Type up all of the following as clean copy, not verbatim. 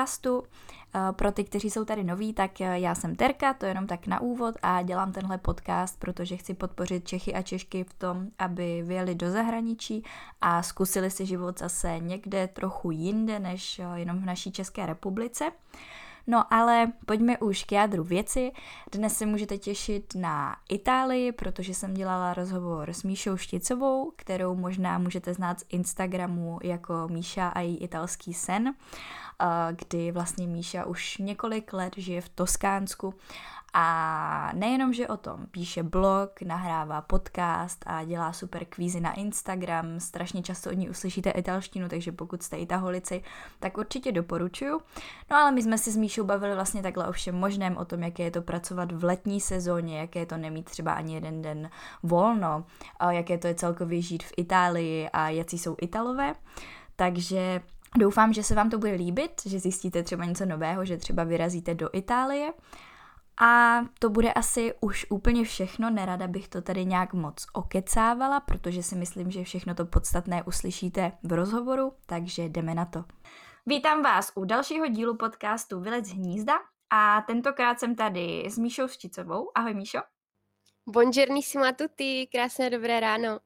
podcastu. Pro ty, kteří jsou tady noví, tak já jsem Terka, to jenom tak na úvod a dělám tenhle podcast, protože chci podpořit Čechy a Češky v tom, aby vyjeli do zahraničí a zkusili si život zase někde trochu jinde, než jenom v naší České republice. No ale pojďme už k jádru věci. Dnes se můžete těšit na Itálii, protože jsem dělala rozhovor s Míšou Šticovou, kterou možná můžete znát z Instagramu jako Míša a její italský sen, kdy vlastně Míša už několik let žije v Toskánsku a nejenom, že o tom píše blog, nahrává podcast a dělá super kvízy na Instagram, strašně často od ní uslyšíte italštinu, takže pokud jste itaholici, tak určitě doporučuju. No ale my jsme si s Míšou bavili vlastně takhle o všem možném, o tom, jaké je to pracovat v letní sezóně, jaké je to nemít třeba ani jeden den volno, jaké to je celkově žít v Itálii a jaký jsou Italové. Takže doufám, že se vám to bude líbit, že zjistíte třeba něco nového, že třeba vyrazíte do Itálie. A to bude asi už úplně všechno, nerada bych to tady nějak moc okecávala, protože si myslím, že všechno to podstatné uslyšíte v rozhovoru, takže jdeme na to. Vítám vás u dalšího dílu podcastu Vylec z hnízda a tentokrát jsem tady s Míšou Šticovou. Ahoj Míšo. Buongiornissimo a tutti, krásné dobré ráno.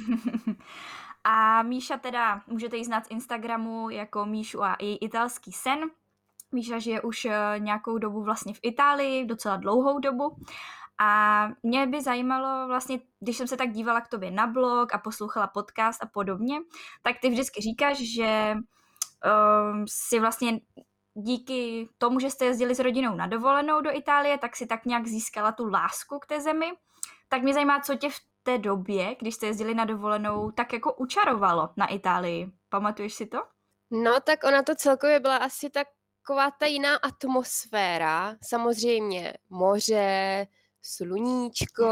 A Míša teda, můžete ji znát z Instagramu jako Míšu a její italský sen. Míša žije už nějakou dobu vlastně v Itálii, docela dlouhou dobu. A mě by zajímalo vlastně, když jsem se tak dívala k tobě na blog a poslouchala podcast a podobně, tak ty vždycky říkáš, že si vlastně díky tomu, že jste jezdili s rodinou na dovolenou do Itálie, tak si tak nějak získala tu lásku k té zemi. Tak mě zajímá, co tě v té době, když jste jezdili na dovolenou, tak jako učarovalo na Itálii. Pamatuješ si to? No tak ona to celkově byla asi taková ta jiná atmosféra. Samozřejmě moře, sluníčko,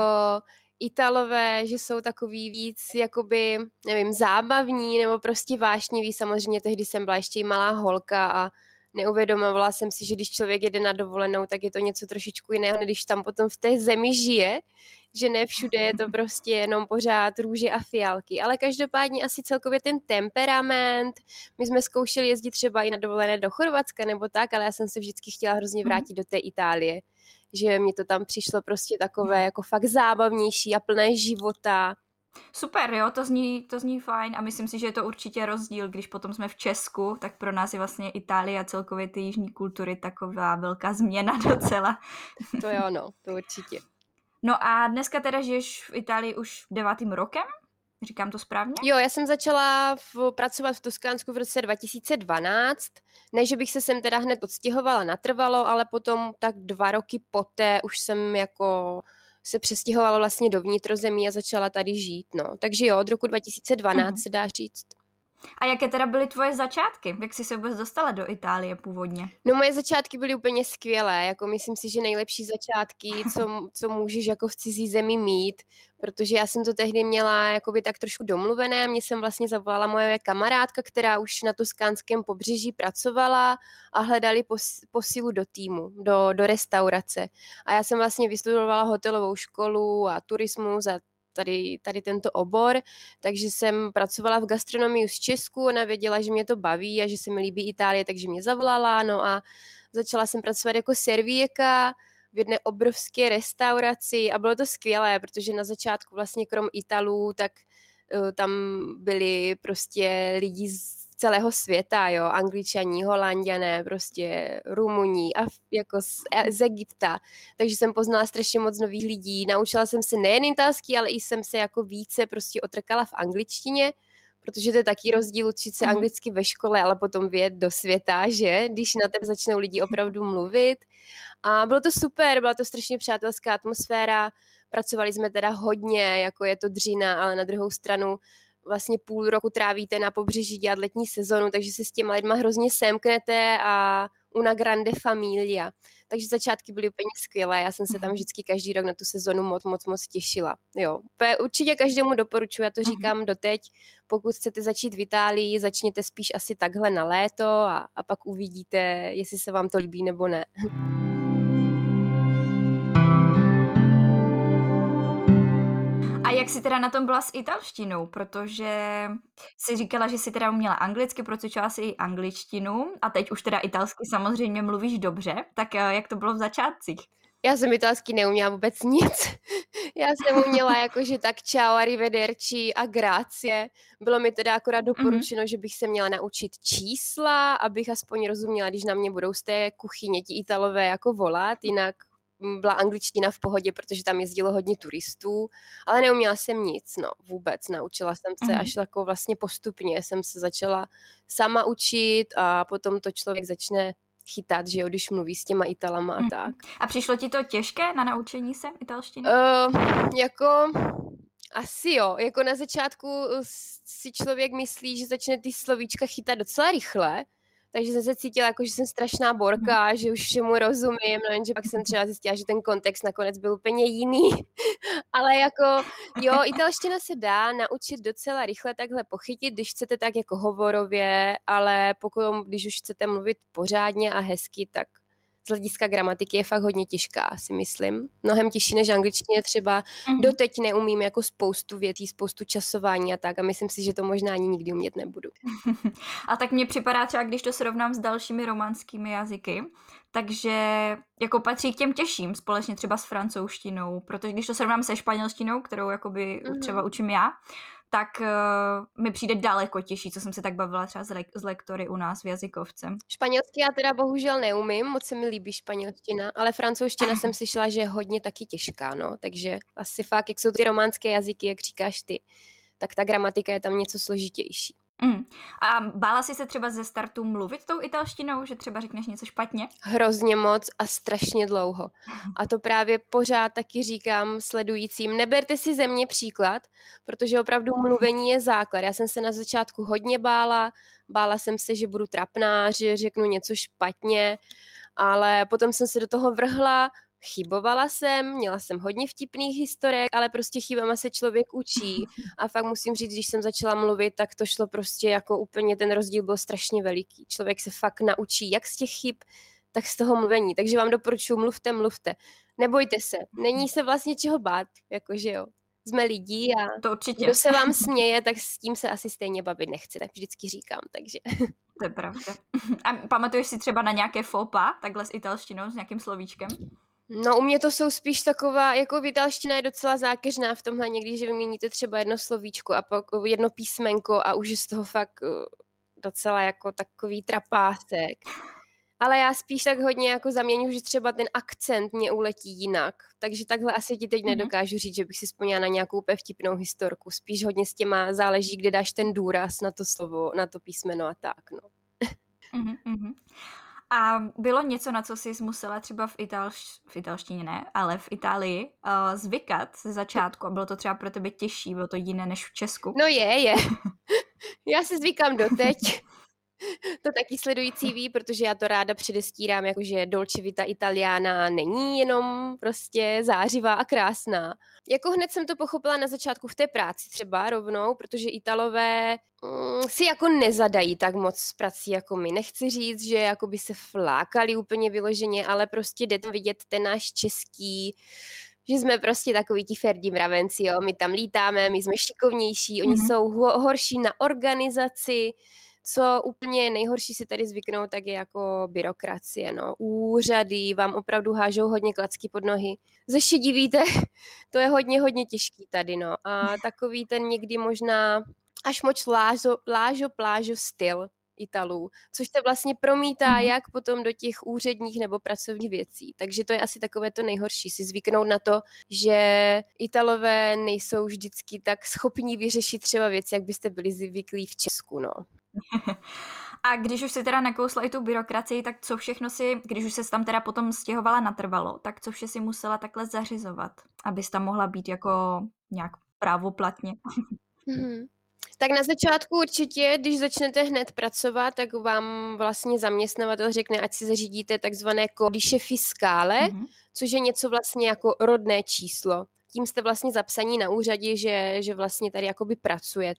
Italové, že jsou takový víc jakoby, nevím, zábavní nebo prostě vášniví. Samozřejmě tehdy jsem byla ještě malá holka a neuvědomovala jsem si, že když člověk jede na dovolenou, tak je to něco trošičku jiného, než když tam potom v té zemi žije, že ne všude je to prostě jenom pořád růže a fialky, ale každopádně asi celkově ten temperament, my jsme zkoušeli jezdit třeba i na dovolené do Chorvatska nebo tak, ale já jsem se vždycky chtěla hrozně vrátit do té Itálie, že mi to tam přišlo prostě takové jako fakt zábavnější a plné života. Super, jo, to zní fajn a myslím si, že je to určitě rozdíl, když potom jsme v Česku, tak pro nás je vlastně Itálie a celkově ty jižní kultury taková velká změna docela. To jo, no, to určitě. No a dneska teda žiješ v Itálii už 9. rokem? Říkám to správně? Jo, já jsem začala pracovat v Toskánsku v roce 2012. Ne, že bych se sem teda hned odstěhovala natrvalo, ale potom tak 2 roky poté už jsem jako se přestěhovala vlastně do vnitrozemí a začala tady žít, no. Takže jo, od roku 2012 se dá říct. A jaké teda byly tvoje začátky? Jak jsi se vůbec dostala do Itálie původně? No moje začátky byly úplně skvělé, jako myslím si, že nejlepší začátky, co můžeš jako v cizí zemi mít, protože já jsem to tehdy měla jakoby tak trošku domluvené, mě jsem vlastně zavolala moje kamarádka, která už na toskánském pobřeží pracovala a hledali posilu do týmu, do restaurace. A já jsem vlastně vystudovala hotelovou školu a turismus a tady tento obor, takže jsem pracovala v gastronomii z Česku, ona věděla, že mě to baví a že se mi líbí Itálie, takže mě zavolala, no a začala jsem pracovat jako servíka v jedné obrovské restauraci a bylo to skvělé, protože na začátku vlastně krom Italů, tak tam byli prostě lidi z celého světa, jo, Angličaní, Holanďané, prostě Rumuni a jako z Egypta. Takže jsem poznala strašně moc nových lidí. Naučila jsem se nejen italsky, ale i jsem se jako více prostě otrkala v angličtině, protože to je taky rozdíl učit se anglicky ve škole, ale potom vyjet do světa, že? Když na tebe začnou lidi opravdu mluvit. A bylo to super, byla to strašně přátelská atmosféra. Pracovali jsme teda hodně, jako je to dřina, ale na druhou stranu vlastně půl roku trávíte na pobřeží dělat letní sezonu, takže se s těma lidma hrozně semknete a una grande familia. Takže začátky byly úplně skvělé, já jsem se tam vždycky každý rok na tu sezonu moc těšila. Jo. Určitě každému doporučuji, já to říkám doteď, pokud chcete začít v Itálii, začněte spíš asi takhle na léto a pak uvidíte, jestli se vám to líbí nebo ne. A jak jsi teda na tom byla s italštinou? Protože jsi říkala, že jsi teda uměla anglicky, procvičovala si i angličtinu a teď už teda italsky samozřejmě mluvíš dobře, tak jak to bylo v začátcích? Já jsem italsky neuměla vůbec nic. Já jsem uměla jakože tak ciao, arrivederci a grazie. Bylo mi teda akorát doporučeno, že bych se měla naučit čísla, abych aspoň rozuměla, když na mě budou z té kuchyně ti Italové jako volat, jinak byla angličtina v pohodě, protože tam jezdilo hodně turistů, ale neuměla jsem nic, no vůbec. Naučila jsem se až jako vlastně postupně. Jsem se začala sama učit a potom to člověk začne chytat, že jo, když mluví s těma Italama a tak. A přišlo ti to těžké na naučení se italštiny? Jako asi jo, jako na začátku si člověk myslí, že začne ty slovíčka chytat docela rychle, takže jsem se cítila jako, že jsem strašná borka, že už všemu rozumím, no jenže pak jsem třeba zjistila, že ten kontext nakonec byl úplně jiný, ale jako jo, italština se dá naučit docela rychle takhle pochytit, když chcete tak jako hovorově, ale když už chcete mluvit pořádně a hezky, tak z hlediska gramatiky je fakt hodně těžká, si myslím. Mnohem těžší než angličtině třeba. Doteď neumím jako spoustu větí, spoustu časování a tak a myslím si, že to možná ani nikdy umět nebudu. A tak mně připadá třeba, když to srovnám s dalšími románskými jazyky, takže jako patří k těm těžším, společně třeba s francouzštinou, protože když to srovnám se španělštinou, kterou jakoby třeba učím já, tak mi přijde daleko těžší, co jsem se tak bavila třeba s lektory u nás v jazykovce. Španělsky já teda bohužel neumím, moc se mi líbí španělština, ale francouzština jsem slyšela, že je hodně taky těžká, no, takže asi fakt, jak jsou ty románské jazyky, jak říkáš ty, tak ta gramatika je tam něco složitější. A bála jsi se třeba ze startu mluvit tou italštinou, že třeba řekneš něco špatně? Hrozně moc a strašně dlouho. A to právě pořád taky říkám sledujícím, neberte si ze mě příklad, protože opravdu mluvení je základ. Já jsem se na začátku hodně bála jsem se, že budu trapná, že řeknu něco špatně, ale potom jsem se do toho vrhla, chybovala jsem, měla jsem hodně vtipných historek, ale prostě chybama se člověk učí a fakt musím říct, když jsem začala mluvit, tak to šlo prostě jako úplně, ten rozdíl byl strašně veliký. Člověk se fakt naučí jak z těch chyb, tak z toho mluvení. Takže vám doporučuji, mluvte. Nebojte se, není se vlastně čeho bát, jakože jo. Jsme lidi a to určitě. Kdo se vám směje, tak s tím se asi stejně bavit nechci, tak vždycky říkám, takže... To je pravda. A pamatuješ si třeba na nějaké faux pas, takhle s italštinou, s nějakým slovíčkem? No u mě to jsou spíš taková, jako italština je docela zákeřná v tomhle někdy, že vyměníte třeba jedno slovíčko a pak jedno písmenko a už je z toho fakt docela jako takový trapásek. Ale já spíš tak hodně jako zaměňuji, že třeba ten akcent mě uletí jinak. Takže takhle asi ti teď nedokážu říct, že bych si vzpomněla na nějakou úplně vtipnou historku. Spíš hodně s těma záleží, kde dáš ten důraz na to slovo, na to písmeno a tak, no. A bylo něco, na co jsi musela třeba v italštině ne, ale v Itálii zvykat ze začátku a bylo to třeba pro tebe těžší, bylo to jiné než v Česku? No je. Já si zvykám doteď. To taky sledující ví, protože já to ráda předestírám, jakože Dolce Vita Italiana není jenom prostě zářivá a krásná. Jako hned jsem to pochopila na začátku v té práci třeba rovnou, protože Italové si jako nezadají tak moc s prací jako my. Nechci říct, že jako by se flákali úplně vyloženě, ale prostě jde to vidět ten náš český, že jsme prostě takový ti ferdí mravenci, jo. My tam lítáme, my jsme šikovnější, oni jsou horší na organizaci. Co úplně nejhorší si tady zvyknou, tak je jako byrokracie, no. Úřady vám opravdu hážou hodně klacky pod nohy. Zešedivíte, to je hodně těžký tady, no. A takový ten někdy možná až moc plážo styl Italů, což se vlastně promítá jak potom do těch úředních nebo pracovních věcí. Takže to je asi takové to nejhorší, si zvyknout na to, že Italové nejsou vždycky tak schopní vyřešit třeba věci, jak byste byli zvyklí v Česku, no. A když už si teda nakousla i tu byrokracii, tak co všechno si, když už se tam teda potom stěhovala natrvalo, tak co vše si musela takhle zařizovat, abys tam mohla být jako nějak právoplatně? Tak na začátku určitě, když začnete hned pracovat, tak vám vlastně zaměstnavatel řekne, ať si zařídíte takzvané codice fiscale, což je něco vlastně jako rodné číslo. Tím jste vlastně zapsaní na úřadě, že vlastně tady jakoby pracujete.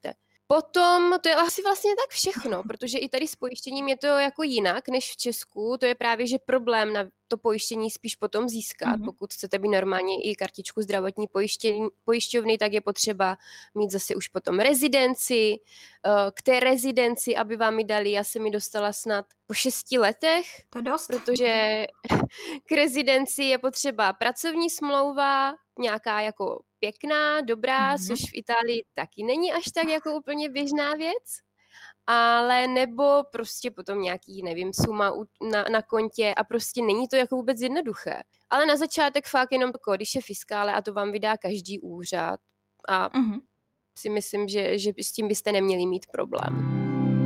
Potom to je asi vlastně tak všechno, protože i tady s pojištěním je to jako jinak než v Česku. To je právě, že problém na to pojištění spíš potom získat. Pokud chcete být normálně i kartičku zdravotní pojišťovny, tak je potřeba mít zase už potom rezidenci. K té rezidenci, aby vám ji dali, já jsem ji dostala snad po 6 letech. To je dost. Protože k rezidenci je potřeba pracovní smlouva, nějaká jako pěkná, dobrá, což v Itálii taky není až tak jako úplně běžná věc, ale nebo prostě potom nějaký, nevím, suma na kontě a prostě není to jako vůbec jednoduché. Ale na začátek fakt jenom když je fiskále a to vám vydá každý úřad a si myslím, že s tím byste neměli mít problém.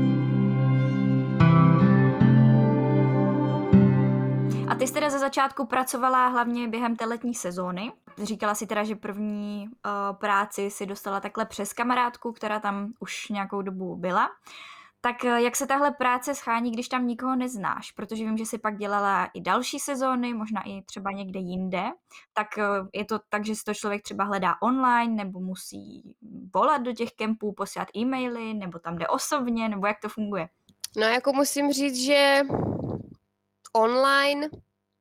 A ty jsi teda ze začátku pracovala hlavně během té letní sezóny. Říkala si teda, že první práci si dostala takhle přes kamarádku, která tam už nějakou dobu byla. Tak jak se tahle práce schání, když tam nikoho neznáš? Protože vím, že jsi pak dělala i další sezóny, možná i třeba někde jinde. Tak je to tak, že si to člověk třeba hledá online, nebo musí volat do těch kempů, posílat e-maily, nebo tam jde osobně, nebo jak to funguje? No jako musím říct, že online,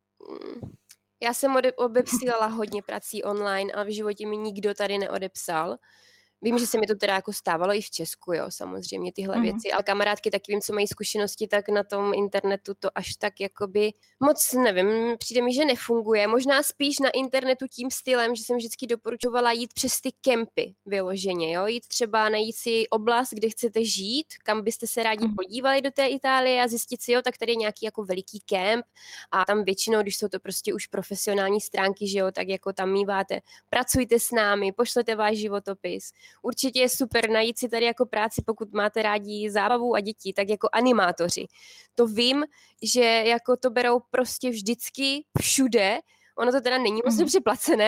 já jsem odepsílala hodně prací online, ale v životě mi nikdo tady neodepsal. Vím, že se mi to teda jako stávalo i v Česku, jo, samozřejmě tyhle věci, ale kamarádky taky vím, co mají zkušenosti, tak na tom internetu to až tak jakoby moc nevím, přijde mi, že nefunguje. Možná spíš na internetu tím stylem, že jsem vždycky doporučovala jít přes ty kempy vyloženě, jo, jít třeba najít si oblast, kde chcete žít, kam byste se rádi podívali do té Itálie a zjistit si, jo, tak tady je nějaký jako veliký kemp a tam většinou, když jsou to prostě už profesionální stránky, že jo, tak jako tam míváte, pracujte s námi, pošlete váš životopis. Určitě je super najít si tady jako práci, pokud máte rádi zábavu a děti, tak jako animátoři. To vím, že jako to berou prostě vždycky všude. Ono to teda není moc dobře placené,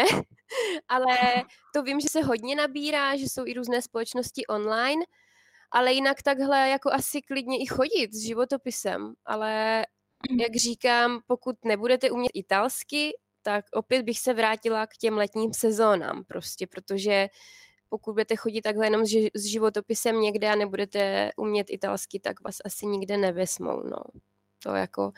ale to vím, že se hodně nabírá, že jsou i různé společnosti online, ale jinak takhle jako asi klidně i chodit s životopisem. Ale jak říkám, pokud nebudete umět italsky, tak opět bych se vrátila k těm letním sezónám prostě, protože pokud budete chodit takhle jenom s životopisem někde a nebudete umět italsky, tak vás asi nikde nevezmou, no. To jako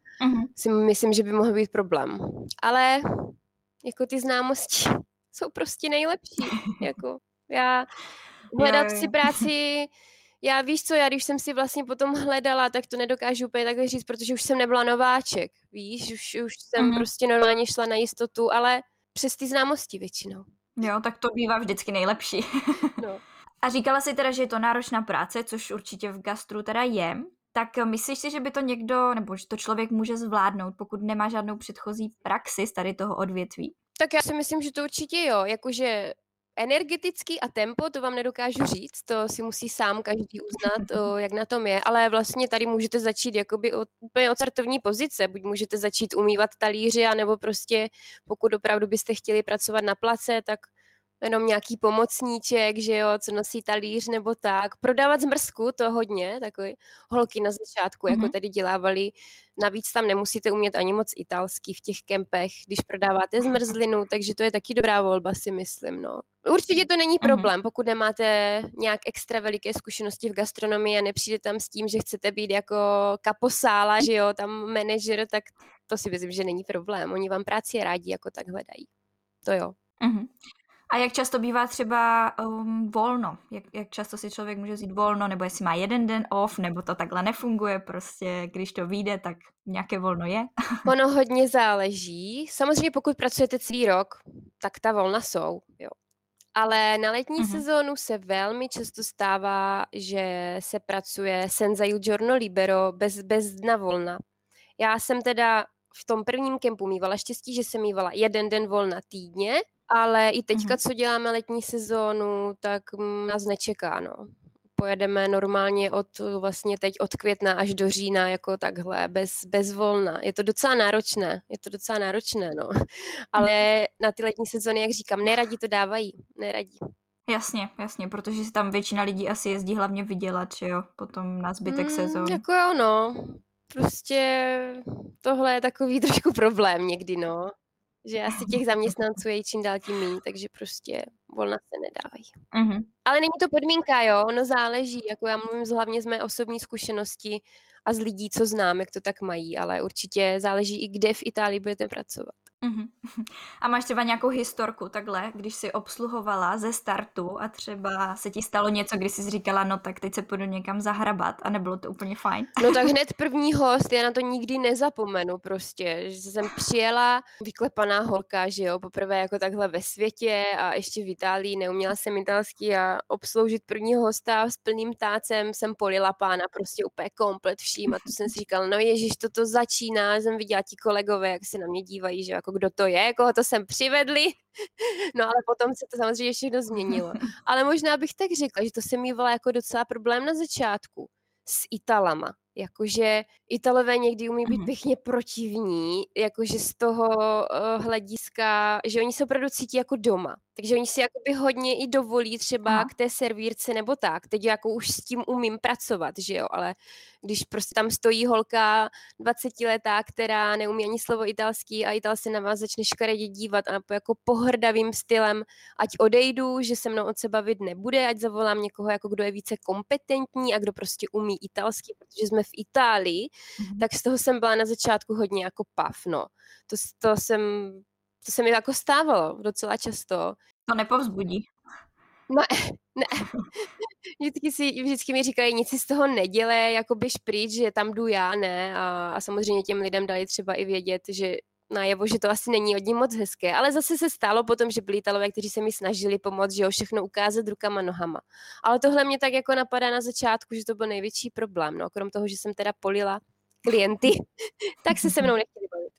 si myslím, že by mohl být problém. Ale jako ty známosti jsou prostě nejlepší. Jako já hledat si práci, já víš co, já když jsem si vlastně potom hledala, tak to nedokážu úplně takhle říct, protože už jsem nebyla nováček, víš, už jsem prostě normálně šla na jistotu, ale přes ty známosti většinou. Jo, tak to bývá vždycky nejlepší. No. A říkala si teda, že je to náročná práce, což určitě v gastru teda je. Tak myslíš si, že by to někdo, nebo že to člověk může zvládnout, pokud nemá žádnou předchozí praxi z tady toho odvětví? Tak já si myslím, že to určitě jo, jakože energetický a tempo, to vám nedokážu říct, to si musí sám každý uznat, jak na tom je, ale vlastně tady můžete začít jakoby úplně od startovní pozice, buď můžete začít umývat talíři, anebo prostě pokud opravdu byste chtěli pracovat na place, tak jenom nějaký pomocníček, že jo, co nosí talíř nebo tak. Prodávat zmrzku, to hodně, takový holky na začátku, jako tady dělávali. Navíc tam nemusíte umět ani moc italsky v těch kempech, když prodáváte zmrzlinu, takže to je taky dobrá volba, si myslím, no. Určitě to není problém, pokud nemáte nějak extra veliké zkušenosti v gastronomii a nepřijde tam s tím, že chcete být jako kaposála, že jo, tam manažer, tak to si myslím, že není problém. Oni vám práci rádi jako tak hledají. To jo. A jak často bývá třeba volno? Jak často si člověk může vzít volno, nebo jestli má jeden den off, nebo to takhle nefunguje, prostě když to vyjde, tak nějaké volno je? Ono hodně záleží. Samozřejmě pokud pracujete celý rok, tak ta volna jsou, jo. Ale na letní sezónu se velmi často stává, že se pracuje senza il giorno libero, bez dna volna. Já jsem teda v tom prvním kempu mývala štěstí, že jsem mývala jeden den volna týdně, ale i teďka, co děláme letní sezónu, tak nás nečeká, no. Pojedeme normálně vlastně teď od května až do října, jako takhle, bez volna. Je to docela náročné, no. Ale na ty letní sezóny, jak říkám, neradi to dávají, neradí. Jasně, protože si tam většina lidí asi jezdí hlavně vydělat, že jo, potom na zbytek sezóny. Jako jo, no. Prostě tohle je takový trošku problém někdy, no. že asi těch zaměstnanců je čím dál tím méně, takže prostě volna se nedávají. Mhm. Ale není to podmínka, jo, ono záleží, jako já mluvím hlavně z mé osobní zkušenosti a z lidí, co znám, jak to tak mají, ale určitě záleží i kde v Itálii budete pracovat. Mhm. A máš třeba nějakou historku takhle, když jsi obsluhovala ze startu a třeba se ti stalo něco, kdy jsi říkala, no tak teď se půjdu někam zahrabat a nebylo to úplně fajn? No tak hned první host, já na to nikdy nezapomenu prostě, že jsem přijela, vyklepaná holka, že jo, poprvé jako takhle ve světě a ještě v Itálii, neuměla jsem italsky a obsloužit prvního hosta s plným tácem jsem polila pána prostě úplně komplet vším a tu jsem si říkala, no ježiš, toto začíná, jsem viděla ti kolegové, jak se na mě dívají, že jako kdo to je, koho to sem přivedli, no ale potom se to samozřejmě všechno změnilo. Ale možná bych tak řekla, že to se mývala jako docela problém na začátku s Italama. Jakože Italové někdy umí být pěkně protivní, jakože z toho hlediska, že oni se opravdu cítí jako doma. Takže oni si jakoby hodně i dovolí třeba k té servírce nebo tak. Teď jako už s tím umím pracovat, že jo, ale když prostě tam stojí holka 20letá, která neumí ani slovo italský a Ital se na vás začne škaredě dívat a jako pohrdavým stylem, ať odejdu, že se mnou od sebe bavit nebude, ať zavolám někoho, jako kdo je více kompetentní a kdo prostě umí italsky, protože jsme v Itálii, tak z toho jsem byla na začátku hodně jako pav, no. To se mi jako stávalo docela často. To nepovzbudí. Ne. Vždycky mi říkají, nic si z toho nedělej, jako běž pryč, že tam jdu já, ne. A samozřejmě těm lidem dali třeba i vědět, že najevo, že to asi není od ní moc hezké. Ale zase se stalo potom, že byli Italové, kteří se mi snažili pomoct, že jo, všechno ukázat rukama, nohama. Ale tohle mě tak jako napadá na začátku, že to byl největší problém, no. Krom toho, že jsem teda polila klienty, tak se mnou nechtěli bavit.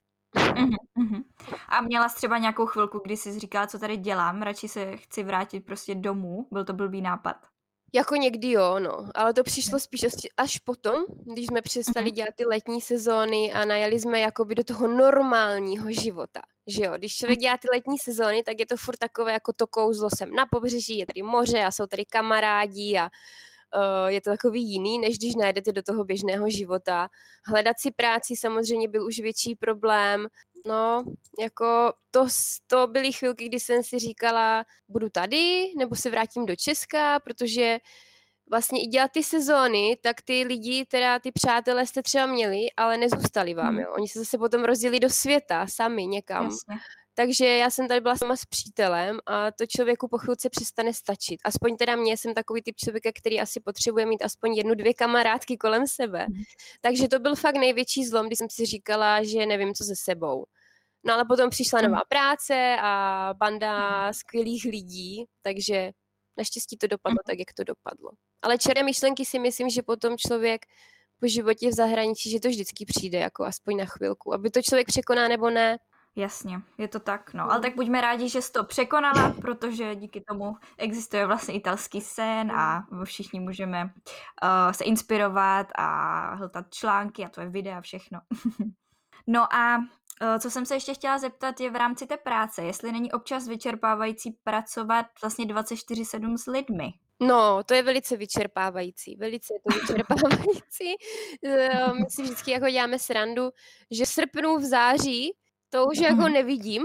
A měla jsi třeba nějakou chvilku, kdy jsi říkala, co tady dělám, radši se chci vrátit prostě domů, byl to blbý nápad? Jako někdy jo, no, ale to přišlo spíš až potom, když jsme přestali dělat ty letní sezóny a najeli jsme jakoby do toho normálního života, že jo, když člověk dělá ty letní sezóny, tak je to furt takové jako to kouzlo sem na pobřeží, je tady moře a jsou tady kamarádi a je to takový jiný, než když najdete do toho běžného života. Hledat si práci samozřejmě byl už větší problém. No, jako to byly chvilky, kdy jsem si říkala, budu tady, nebo se vrátím do Česka, protože vlastně i dělat ty sezóny, tak ty lidi, teda ty přátelé jste třeba měli, ale nezůstali vám, jo. Oni se zase potom rozdělili do světa, sami někam. Jasně. Takže já jsem tady byla sama s přítelem a to člověku po chvilce přestane stačit. Aspoň teda mě, jsem takový typ člověka, který asi potřebuje mít aspoň 1-2 kamarádky kolem sebe. Takže to byl fakt největší zlom, kdy jsem si říkala, že nevím, co se sebou. No ale potom přišla nová práce a banda skvělých lidí, takže naštěstí to dopadlo tak, jak to dopadlo. Ale čeré myšlenky si myslím, že potom člověk po životě v zahraničí, že to vždycky přijde, jako aspoň na chvilku. Aby to člověk překoná nebo ne, Jasně, je to tak, no. Ale tak buďme rádi, že jsi to překonala, protože díky tomu existuje vlastně italský sen a všichni můžeme se inspirovat a hledat články a tvoje videa a všechno. No a co jsem se ještě chtěla zeptat je v rámci té práce, jestli není občas vyčerpávající pracovat vlastně 24/7 s lidmi. No, to je velice vyčerpávající, velice je to vyčerpávající. My si vždycky jako děláme srandu, že v srpnu, v září to už jako nevidím,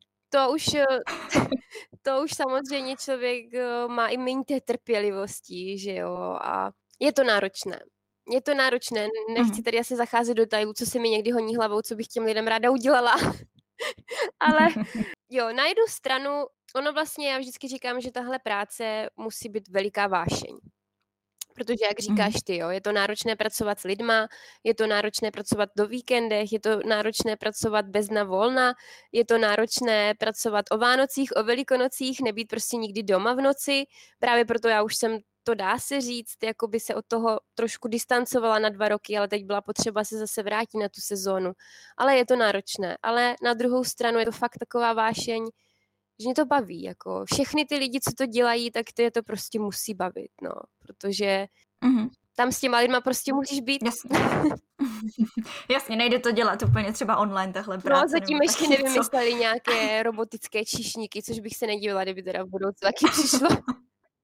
to už samozřejmě člověk má i méně té trpělivosti, že jo, a je to náročné. Je to náročné, nechci tady asi zacházet do detailů, co se mi někdy honí hlavou, co bych těm lidem ráda udělala. Ale jo, na jednu stranu, ono vlastně, já vždycky říkám, že tahle práce musí být veliká vášeň. Protože, jak říkáš ty, jo, je to náročné pracovat s lidma, je to náročné pracovat do víkendech, je to náročné pracovat bez dna volna, je to náročné pracovat o Vánocích, o Velikonocích, nebýt prostě nikdy doma v noci. Právě proto já už jsem, to dá se říct, jako by se od toho trošku distancovala na 2 roky, ale teď byla potřeba se zase vrátit na tu sezónu. Ale je to náročné. Ale na druhou stranu je to fakt taková vášeň, že mě to baví, jako všechny ty lidi, co to dělají, tak to je to prostě musí bavit, no, protože tam s těma lidma prostě musíš být. Jasně. Jasně, nejde to dělat úplně třeba online tahle práce. No, zatím ještě nevymysleli nějaké robotické číšníky, což bych se nedivila, kdyby teda v budoucnu taky přišlo.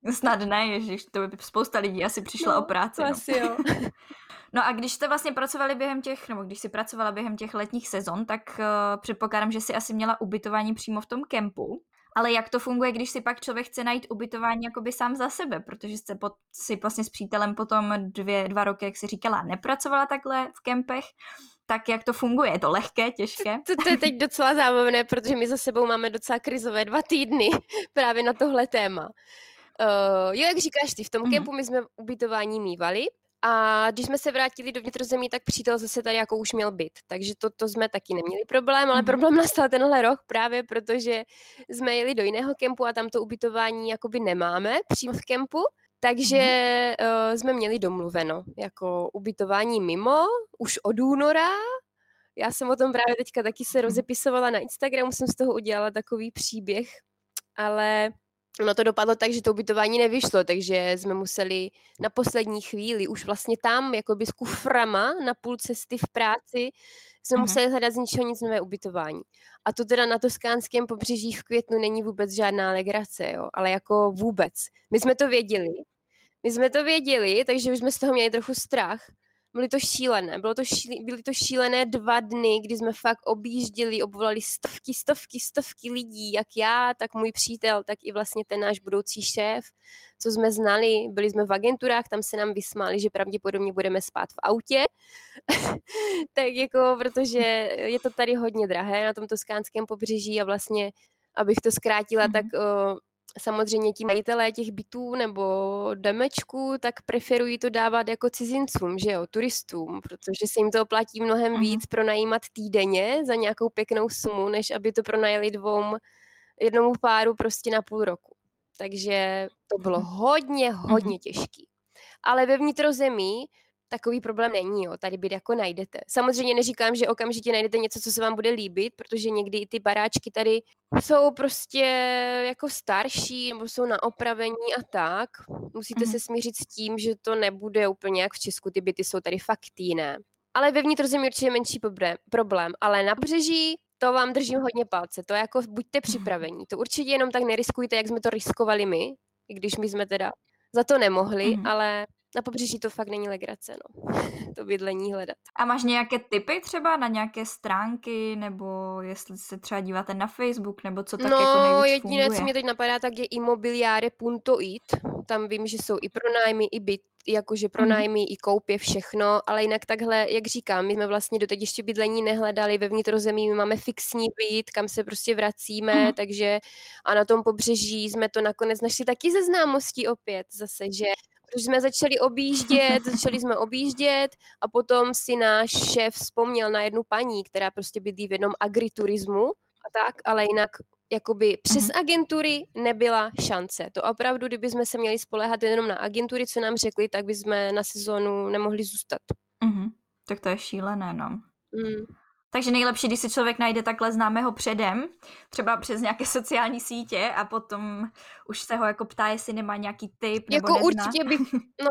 Snad ne, ježiš, to by spousta lidí asi přišla o práci. No. Asi jo. No a když jste vlastně pracovali když jsi pracovala během těch letních sezon, tak předpokládám, že jsi asi měla ubytování přímo v tom kempu. Ale jak to funguje, když si pak člověk chce najít ubytování jakoby sám za sebe, protože si vlastně s přítelem potom 2 roky, jak jsi říkala, nepracovala takhle v kempech, tak jak to funguje? Je to lehké, těžké? To je teď docela zábavné, protože my za sebou máme docela krizové 2 týdny právě na tohle téma. Jo, jak říkáš ty, v tom kempu my jsme ubytování mívali a když jsme se vrátili do vnitrozemí, tak přítel zase tady jako už měl byt, takže to jsme taky neměli problém, ale problém nastal tenhle rok právě, protože jsme jeli do jiného kempu a tam to ubytování jakoby nemáme přímo v kempu, takže jsme měli domluveno jako ubytování mimo už od února. Já jsem o tom právě teďka taky se rozepisovala na Instagramu, jsem z toho udělala takový příběh, ale ono to dopadlo tak, že to ubytování nevyšlo, takže jsme museli na poslední chvíli už vlastně tam jakoby s kuframa na půl cesty v práci jsme museli hledat z ničeho nic nové ubytování. A to teda na toskánském pobřeží v květnu není vůbec žádná legrace, jo, ale jako vůbec. My jsme to věděli, takže už jsme z toho měli trochu strach. Byly to šílené. Byly to šílené 2 dny, kdy jsme fakt objížděli, obvolali stovky lidí, jak já, tak můj přítel, tak i vlastně ten náš budoucí šéf, co jsme znali. Byli jsme v agenturách, tam se nám vysmáli, že pravděpodobně budeme spát v autě. Tak jako, protože je to tady hodně drahé na tom toskánském pobřeží a vlastně, abych to zkrátila, tak samozřejmě ti majitelé těch bytů nebo domečků, tak preferují to dávat jako cizincům, že jo, turistům, protože se jim to oplatí mnohem víc pronajímat týdenně za nějakou pěknou sumu, než aby to pronajeli jednomu páru prostě na půl roku. Takže to bylo hodně těžký. Ale ve vnitrozemí takový problém není, jo. Tady byt jako najdete. Samozřejmě neříkám, že okamžitě najdete něco, co se vám bude líbit, protože někdy i ty baráčky tady jsou prostě jako starší nebo jsou na opravení a tak. Musíte se smířit s tím, že to nebude úplně jak v Česku, ty byty jsou tady fakt jiné. Ale ve vnitrozemí určitě menší problém. Ale na pobřeží to vám držím hodně palce. To jako buďte připravení. To určitě jenom tak neriskujte, jak jsme to riskovali my, i když my jsme teda za to nemohli, ale na pobřeží to fakt není legrace, no. To bydlení hledat. A máš nějaké tipy třeba na nějaké stránky, nebo jestli se třeba díváte na Facebook, nebo co tak jako nejvíc funguje? Jediné, co mě teď napadá, tak je imobiliare.it. Tam vím, že jsou i pronájmy, i byt, jakože pronájmy, i koupě, všechno, ale jinak takhle, jak říkám, my jsme vlastně doteď ještě bydlení nehledali ve vnitrozemí, my máme fixní byt, kam se prostě vracíme, takže a na tom pobřeží jsme to nakonec našli taky ze známostí opět zase, že protože jsme začali objíždět a potom si náš šéf vzpomněl na jednu paní, která prostě bydlí v jednom agriturismu a tak, ale jinak jakoby přes agentury nebyla šance. To opravdu, kdyby jsme se měli spoléhat jenom na agentury, co nám řekli, tak bychom na sezónu nemohli zůstat. Tak to je šílené, no. Takže nejlepší, když si člověk najde takhle známého předem, třeba přes nějaké sociální sítě a potom už se ho jako ptá, jestli nemá nějaký tip nebo jako nezná. Určitě bych,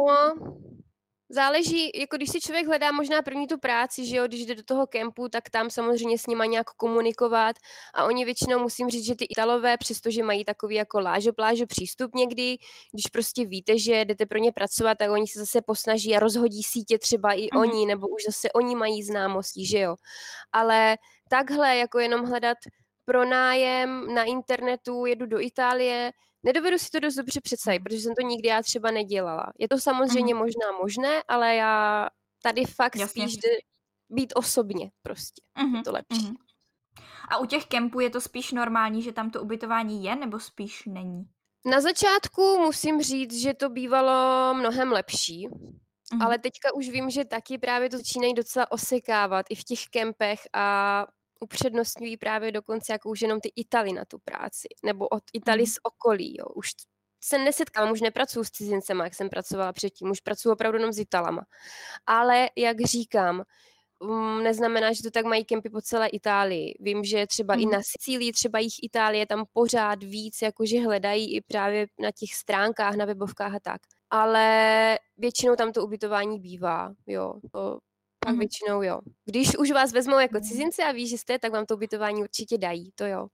záleží, jako když si člověk hledá možná první tu práci, že jo, když jde do toho kempu, tak tam samozřejmě s nima nějak komunikovat a oni většinou, musím říct, že ty Italové, přestože mají takový jako lážo-plážo přístup někdy, když prostě víte, že jdete pro ně pracovat, tak oni se zase posnaží a rozhodí sítě třeba i oni, nebo už zase oni mají známosti, že jo. Ale takhle jako jenom hledat pronájem na internetu, jedu do Itálie, nedovedu si to dost dobře představit, protože jsem to nikdy já třeba nedělala. Je to samozřejmě možná možné, ale já tady fakt spíš jde být osobně prostě. Je to lepší. A u těch kempů je to spíš normální, že tam to ubytování je, nebo spíš není? Na začátku musím říct, že to bývalo mnohem lepší, ale teďka už vím, že taky právě to začínají docela osekávat i v těch kempech a upřednostňují právě dokonce jako už jenom ty Italy na tu práci, nebo od Italy z okolí, jo. Už se nesetkám, už nepracuji s cizincema, jak jsem pracovala předtím, už pracuji opravdu jenom s Italama. Ale jak říkám, neznamená, že to tak mají kempy po celé Itálii. Vím, že třeba i na Sicílii, třeba jich Itálie, tam pořád víc, jakože hledají i právě na těch stránkách, na webovkách a tak. Ale většinou tam to ubytování bývá, jo, to tak většinou jo. Když už vás vezmou jako cizince a ví, že jste, tak vám to ubytování určitě dají, to jo.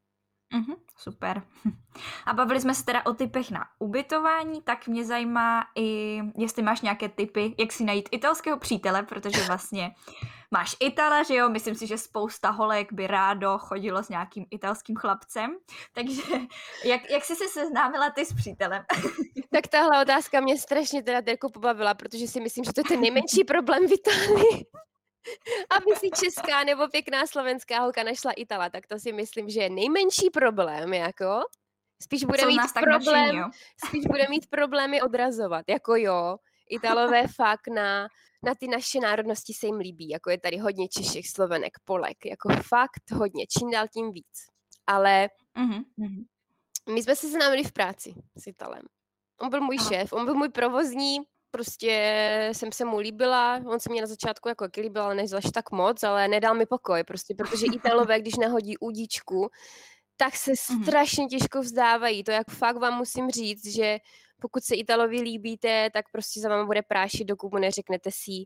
Super. A bavili jsme se teda o tipech na ubytování, tak mě zajímá i, jestli máš nějaké tipy, jak si najít italského přítele, protože vlastně máš Itala, že jo? Myslím si, že spousta holek by rádo chodilo s nějakým italským chlapcem. Takže jak jsi se seznámila ty s přítelem? Tak tahle otázka mě strašně teda Terko pobavila, protože si myslím, že to je ten nejmenší problém v Itálii. Aby si česká nebo pěkná slovenská holka našla Itala, tak to si myslím, že je nejmenší problém, jako. Spíš bude mít problémy odrazovat, jako jo. Italové fakt na ty naše národnosti se jim líbí, jako je tady hodně Češek, Slovenek, Polek, jako fakt hodně, čím dál tím víc. Ale my jsme se seznámili v práci s Italem. On byl můj šéf, on byl můj provozní, prostě jsem se mu líbila, on se mě na začátku jako líbil, ale než tak moc, ale nedal mi pokoj, prostě, protože Italové, když nahodí údičku, tak se strašně těžko vzdávají. To jak fakt vám musím říct, že pokud se Italovi líbíte, tak prostě za váma bude prášit, dokud mu neřeknete si.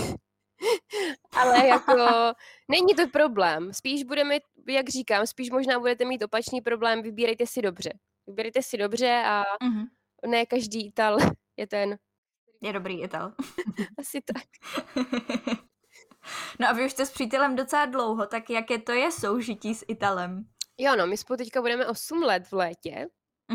Ale jako není to problém. Spíš budeme, jak říkám, spíš možná budete mít opačný problém, vybírejte si dobře a ne každý Ital je dobrý Ital. Asi tak. No a vy už jste s přítelem docela dlouho, tak jaké to je soužití s Italem? Jo, no, my spolu teďka budeme 8 let v létě.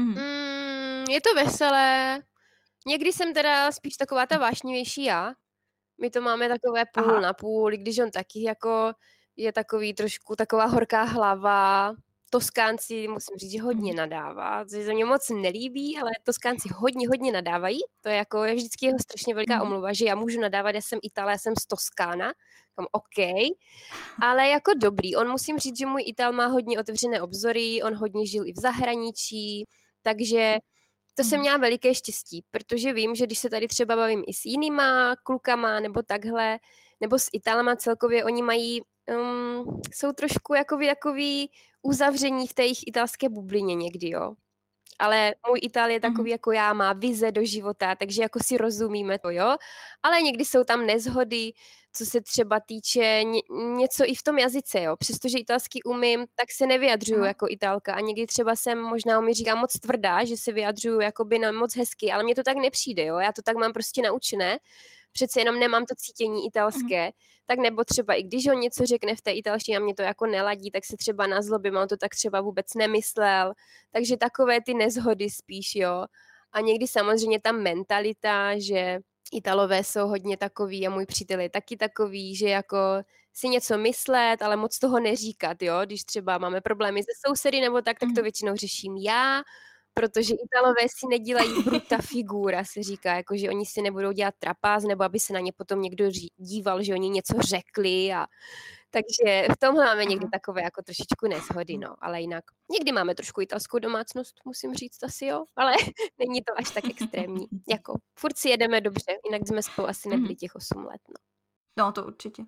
Je to veselé. Někdy jsem teda spíš taková ta vášnivější já. My to máme takové půl na půl, i když on taky jako je takový trošku taková horká hlava. Toskánci, musím říct, že hodně nadává. To se mě moc nelíbí, ale Toskánci hodně nadávají. To je jako je vždycky jeho strašně veliká omluva, že já můžu nadávat, já jsem Italé, já jsem z Toskána. Tam OK, ale jako dobrý. On musím říct, že můj Ital má hodně otevřené obzory, on hodně žil i v zahraničí, takže to jsem měla veliké štěstí, protože vím, že když se tady třeba bavím i s jinýma klukama nebo takhle, nebo s Italama celkově, oni mají, jsou trošku takový uzavření v té jejich italské bublině někdy, jo. Ale můj Ital je takový jako já, má vize do života, takže jako si rozumíme to, jo. Ale někdy jsou tam nezhody, co se třeba týče něco i v tom jazyce, jo. Přestože italsky umím, tak se nevyjadřuju jako Italka a někdy třeba jsem, možná mi říká moc tvrdá, že se vyjadřuju jakoby na moc hezky, ale mně to tak nepřijde, jo. Já to tak mám prostě naučené. Přece jenom nemám to cítění italské, tak nebo třeba i když on něco řekne v té italštině a mě to jako neladí, tak se třeba nazlobím, on to tak třeba vůbec nemyslel, takže takové ty nezhody spíš, jo. A někdy samozřejmě ta mentalita, že Italové jsou hodně takový a můj přítel je taky takový, že jako si něco myslet, ale moc toho neříkat, jo. Když třeba máme problémy se sousedy nebo tak to většinou řeším já, protože Italové si nedělají bruta figura, se říká, jako že oni si nebudou dělat trapáz, nebo aby se na ně potom někdo díval, že oni něco řekli a takže v tomhle máme někdy takové jako trošičku neshody, no, ale jinak někdy máme trošku italskou domácnost, musím říct asi jo, ale není to až tak extrémní, jako furt si jedeme dobře, jinak jsme spolu asi nebyli těch 8 let, no. No, to určitě.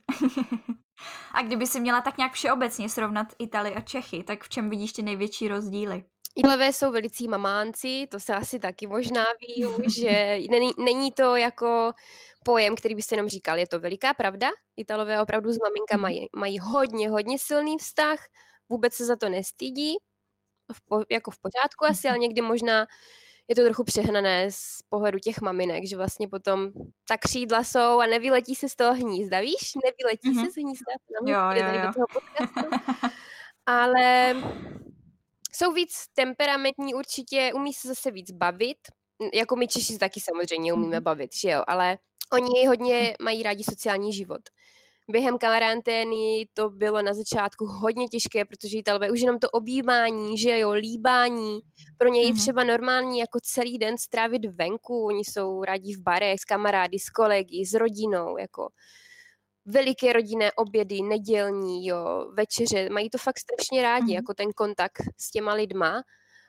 A kdyby si měla tak nějak všeobecně srovnat Itálii a Čechy, tak v čem vidíš ty největší rozdíly? Italové jsou velicí mamánci, to se asi taky možná ví, že není to jako pojem, který by se jenom říkal, je to veliká pravda. Italové opravdu s maminka mají hodně silný vztah, vůbec se za to nestydí, jako v pořádku asi, ale někdy možná je to trochu přehnané z pohledu těch maminek, že vlastně potom ta křídla jsou a nevyletí se z toho hnízda, víš? Nevyletí se z hnízda, tady do toho podcastu. Ale jsou víc temperamentní určitě, umí se zase víc bavit, jako my Češi taky samozřejmě umíme bavit, že jo, ale oni hodně mají rádi sociální život. Během karantény to bylo na začátku hodně těžké, protože Italové už jenom to objímání, že jo, líbání, pro ně je třeba normální jako celý den strávit venku, oni jsou rádi v barech s kamarády, s kolegy, s rodinou, jako veliké rodinné obědy, nedělní, jo, večeře, mají to fakt strašně rádi, jako ten kontakt s těma lidma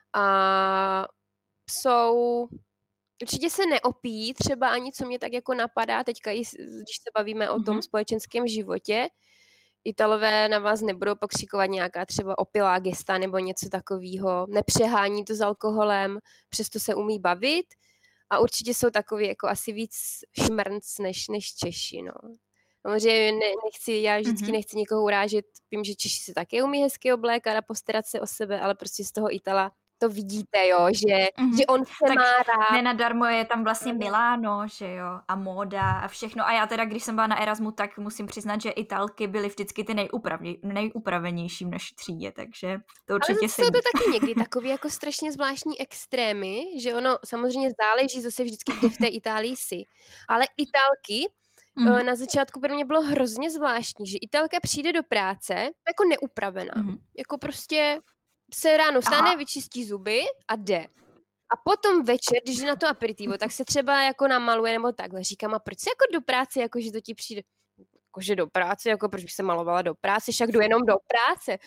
a určitě se neopíjí, třeba ani co mě tak jako napadá, teďka když se bavíme o tom společenském životě, Italové na vás nebudou pokřikovat nějaká třeba opilá gesta nebo něco takového, nepřehání to s alkoholem, přesto se umí bavit a určitě jsou takový jako asi víc šmrnc než Češi, no. Samozřejmě já vždycky Mhm. nechci nikoho urážet, vím, že Češi se také umí hezky oblékat a postarat se o sebe, ale prostě z toho Itala to vidíte, jo, Mhm. že on se Tak má rád. nenadarmo je tam vlastně Miláno, že jo, a móda a všechno. A já teda, když jsem byla na Erasmu, tak musím přiznat, že Italky byly vždycky ty nejupravenější v naší třídě, takže to Ale určitě zase jsou sedí. to taky někdy takový jako strašně zvláštní extrémy, že ono samozřejmě záleží zase vždycky, kde v té Itálii jsi. Ale Italky Mhm. na začátku pro mě bylo hrozně zvláštní, že Italka přijde do práce jako neupravená. Mhm. Jako prostě se ráno vstane, Aha. vyčistí zuby a jde. A potom večer, když jde na to aperitivo, tak se třeba jako namaluje nebo takhle. Říkám, a proč se jako do práce, jako že to ti přijde? Jakože do práce, jako proč bych se malovala do práce, však jdu jenom do práce.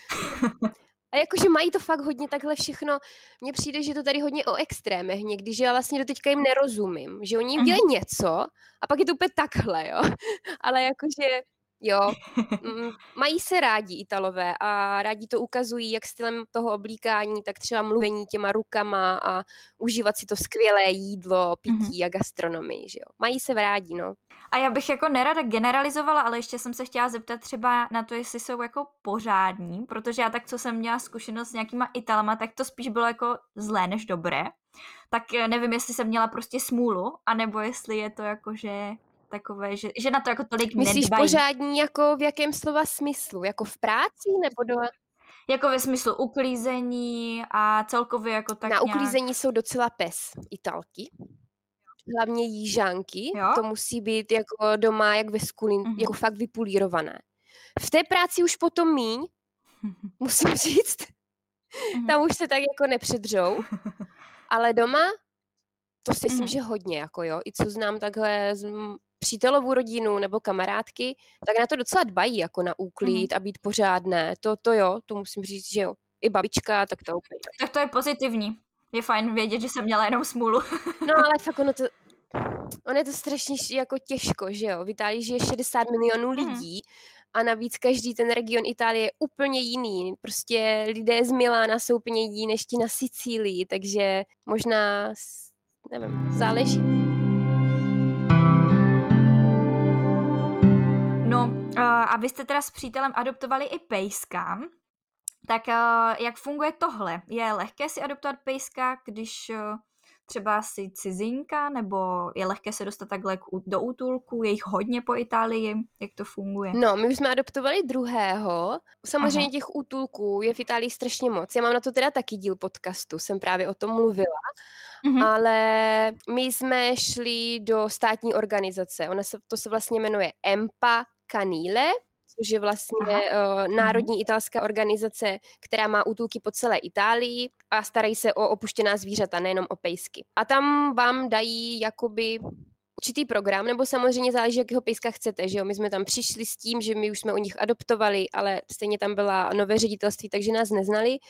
A jakože mají to fakt hodně takhle všechno. Mně přijde, že to tady hodně o extrémech někdy, že já vlastně doteďka jim nerozumím. Že oni jim dělají něco a pak je to úplně takhle, jo. Ale jakože, jo, mají se rádi Italové a rádi to ukazují jak stylem toho oblíkání, tak třeba mluvení těma rukama a užívat si to skvělé jídlo, pití a gastronomii, že jo. Mají se rádi, no. A já bych jako nerada generalizovala, ale ještě jsem se chtěla zeptat třeba na to, jestli jsou jako pořádní, protože já tak, co jsem měla zkušenost s nějakýma Italama, tak to spíš bylo jako zlé než dobré. Tak nevím, jestli jsem měla prostě smůlu, anebo jestli je to jako, že takové, že na to jako tolik Myslíš nedbají. pořádní jako v jakém slova smyslu? Jako v práci nebo do... Jako ve smyslu uklízení a celkově jako tak Na nějak... uklízení jsou docela pes Italky. Hlavně jížánky. Jo? To musí být jako doma, jak ve skuli, jako fakt vypulírované. V té práci už potom míň, musím říct. Tam už se tak jako nepředřou. Ale doma, to si myslím, že hodně, jako jo. I co znám takhle z přítelovou rodinu nebo kamarádky, tak na to docela dbají, jako na úklid a být pořádné. To jo, to musím říct, že jo. I babička, tak to úplně. Tak to je pozitivní. Je fajn vědět, že jsem měla jenom smůlu. No ale fakt ono je to strašně jako těžko, že jo. V Itálii žije 60 milionů lidí a navíc každý ten region Itálie je úplně jiný. Prostě lidé z Milána jsou úplně jiní než ti na Sicílii, takže možná, nevím, záleží. No a vy jste teda s přítelem adoptovali i pejska. Tak jak funguje tohle? Je lehké si adoptovat pejska, když třeba si cizinka, nebo je lehké se dostat takhle do útulku? Je jich hodně po Itálii? Jak to funguje? No, my už jsme adoptovali druhého. Samozřejmě těch útulků je v Itálii strašně moc. Já mám na to teda taky díl podcastu, jsem právě o tom mluvila. Ale my jsme šli do státní organizace. To se vlastně jmenuje EMPA Canile, což je vlastně národní italská organizace, která má útulky po celé Itálii a starají se o opuštěná zvířata, nejenom o pejsky. A tam vám dají jakoby určitý program, nebo samozřejmě záleží, jakého pejska chcete, že jo. My jsme tam přišli s tím, že my už jsme u nich adoptovali, ale stejně tam byla nové ředitelství, takže nás neznali.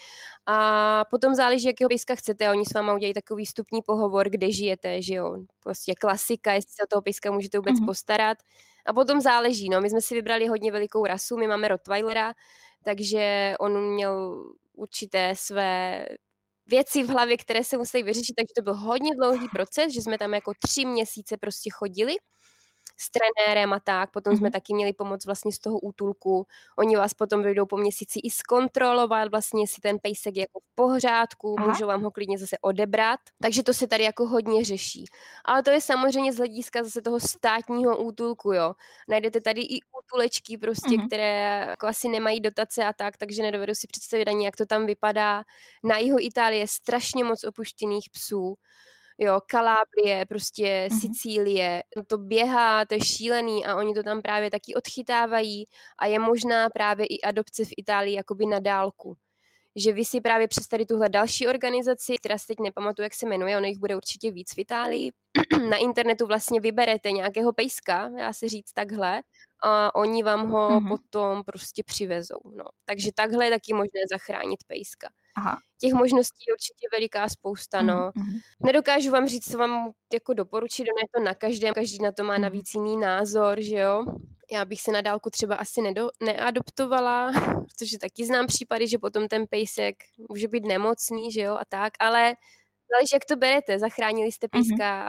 A potom záleží, jakého pejska chcete a oni s váma udělají takový vstupní pohovor, kde žijete, že jo. Prostě klasika, jestli se o toho pejska můžete vůbec postarat. A potom záleží, no. My jsme si vybrali hodně velikou rasu, my máme Rottweilera, takže on měl určité své věci v hlavě, které se musí vyřešit, takže to byl hodně dlouhý proces, že jsme tam jako 3 měsíce prostě chodili s trenérem a tak, potom jsme taky měli pomoc vlastně z toho útulku, oni vás potom vyjdou po měsíci i zkontrolovat vlastně, jestli ten pejsek je jako v pořádku, můžou vám ho klidně zase odebrat, takže to se tady jako hodně řeší. Ale to je samozřejmě z hlediska zase toho státního útulku, jo. Najdete tady i útulečky prostě, které jako asi nemají dotace a tak, takže nedovedu si představit ani, jak to tam vypadá. Na jihu Itálie je strašně moc opuštěných psů, jo, Kalábrie, prostě Sicílie, to běhá, to je šílený a oni to tam právě taky odchytávají a je možná právě i adopce v Itálii jakoby na dálku. Že vy si právě přes tady tuhle další organizaci, která se teď nepamatuju, jak se jmenuje, ono jich bude určitě víc v Itálii, na internetu vlastně vyberete nějakého pejska, dá se říct takhle, a oni vám ho potom prostě přivezou. No. Takže takhle je taky možné zachránit pejska. Těch možností je určitě veliká spousta, no. Nedokážu vám říct, co vám jako doporučit, ono je to na každém, každý na to má navíc jiný názor, že jo. Já bych se na dálku třeba asi neadoptovala, protože taky znám případy, že potom ten pejsek může být nemocný, že jo, a tak, ale záleží, jak to berete, zachránili jste pejska a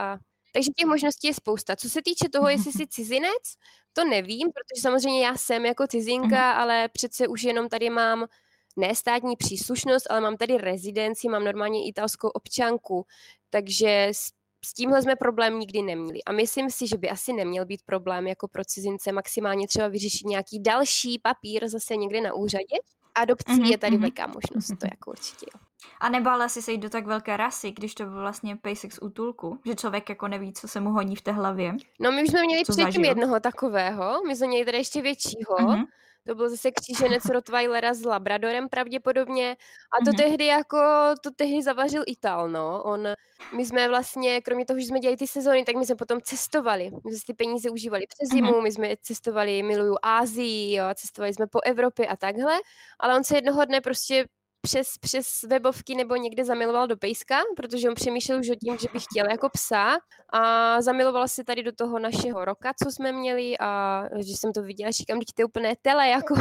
Takže těch možností je spousta. Co se týče toho, jestli jsi cizinec, to nevím, protože samozřejmě já jsem jako cizinka, ale přece už jenom tady mám ne státní příslušnost, ale mám tady rezidenci, mám normálně italskou občanku, takže s tímhle jsme problém nikdy neměli. A myslím si, že by asi neměl být problém jako pro cizince maximálně třeba vyřešit nějaký další papír zase někde na úřadě. Adopcí je tady velká možnost, to jako určitě jo. A nebála jsi se jít do tak velké rasy, když to byl vlastně pejsek z útulku? Že člověk jako neví, co se mu honí v té hlavě? No my už jsme měli předtím jednoho takového, my jsme měli tady ještě většího. To byl zase kříženec Rottweilera s Labradorem pravděpodobně. A to tehdy zavařil Ital, no. My jsme vlastně, kromě toho, že jsme dělali ty sezóny, tak my jsme potom cestovali. My jsme ty peníze užívali přes zimu, my jsme cestovali, miluju Ázii, jo, cestovali jsme po Evropě a takhle. Ale on se jednoho dne prostě přes webovky nebo někde zamiloval do pejska, protože on přemýšlel už o tím, že by chtěl jako psa a zamiloval se tady do toho našeho roka, co jsme měli a že jsem to viděla, říkám, to je úplné tele, jako.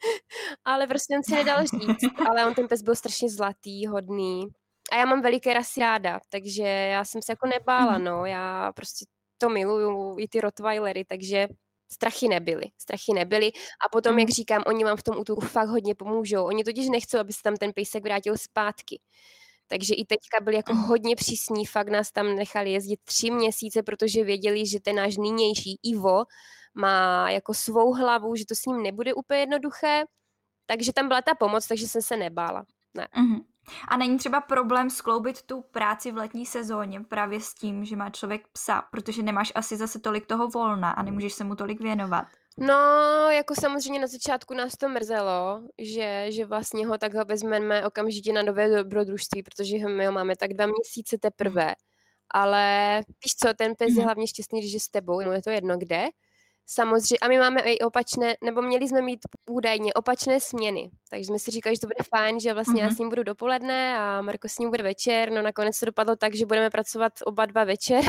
Ale prostě on si nedal říct, ale on ten pes byl strašně zlatý, hodný a já mám veliké rasy ráda, takže já jsem se jako nebála, no, já prostě to miluju, i ty Rottweilery, takže strachy nebyly. A potom, jak říkám, oni vám v tom útulku fakt hodně pomůžou. Oni totiž nechcou, aby se tam ten pejsek vrátil zpátky. Takže i teďka byli jako hodně přísní, fakt nás tam nechali jezdit 3 měsíce, protože věděli, že ten náš nynější Ivo má jako svou hlavu, že to s ním nebude úplně jednoduché. Takže tam byla ta pomoc, takže jsem se nebála. Ne. A není třeba problém skloubit tu práci v letní sezóně právě s tím, že má člověk psa, protože nemáš asi zase tolik toho volna a nemůžeš se mu tolik věnovat? No, jako samozřejmě na začátku nás to mrzelo, že vlastně ho takhle vezmeme okamžitě na nové dobrodružství, protože my ho máme tak 2 měsíce teprve. Ale víš co, ten pes je hlavně šťastný, když je s tebou, no je to jedno kde. Samozřejmě, a my máme i opačné, nebo měli jsme mít údajně opačné směny, takže jsme si říkali, že to bude fajn, že vlastně já s ním budu dopoledne a Marko s ním bude večer, no nakonec to dopadlo tak, že budeme pracovat oba 2 večer,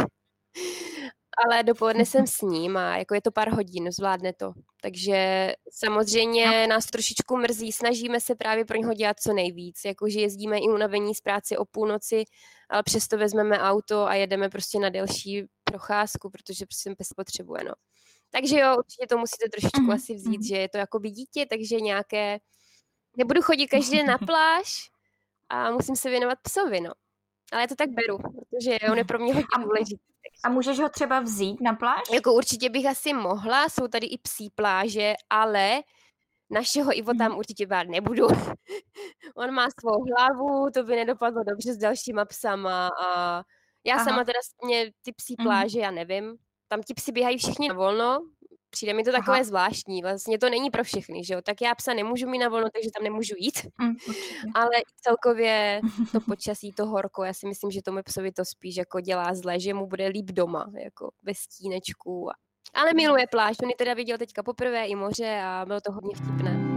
ale dopoledne jsem s ním a jako je to pár hodin, zvládne to, takže samozřejmě nás trošičku mrzí, snažíme se právě pro něho dělat co nejvíc, jakože jezdíme i unavení z práce o půlnoci, ale přesto vezmeme auto a jedeme prostě na delší procházku, protože prostě ten pes potřebuje, no. Takže jo, určitě to musíte trošičku asi vzít, že je to jakoby dítě, takže nějaké... Nebudu chodit každý den na pláž a musím se věnovat psovi, no. Ale já to tak beru, protože on je pro mě hodně důležitý. A můžeš ho třeba vzít na pláž? Jako určitě bych asi mohla, jsou tady i psí pláže, ale našeho Ivo tam určitě bát nebudu. On má svou hlavu, to by nedopadlo dobře s dalšíma psama a já sama teda mě ty psí pláže, já nevím, tam ti psi běhají všichni na volno, přijde mi to takové zvláštní, vlastně to není pro všechny, že jo, tak já psa nemůžu mít na volno, takže tam nemůžu jít, ale celkově to počasí, to horko, já si myslím, že tomu psovi to spíš jako dělá zle, že mu bude líp doma, jako ve stínečku, ale miluje pláž, on ji teda viděl teďka poprvé i moře a bylo to hodně vtipné.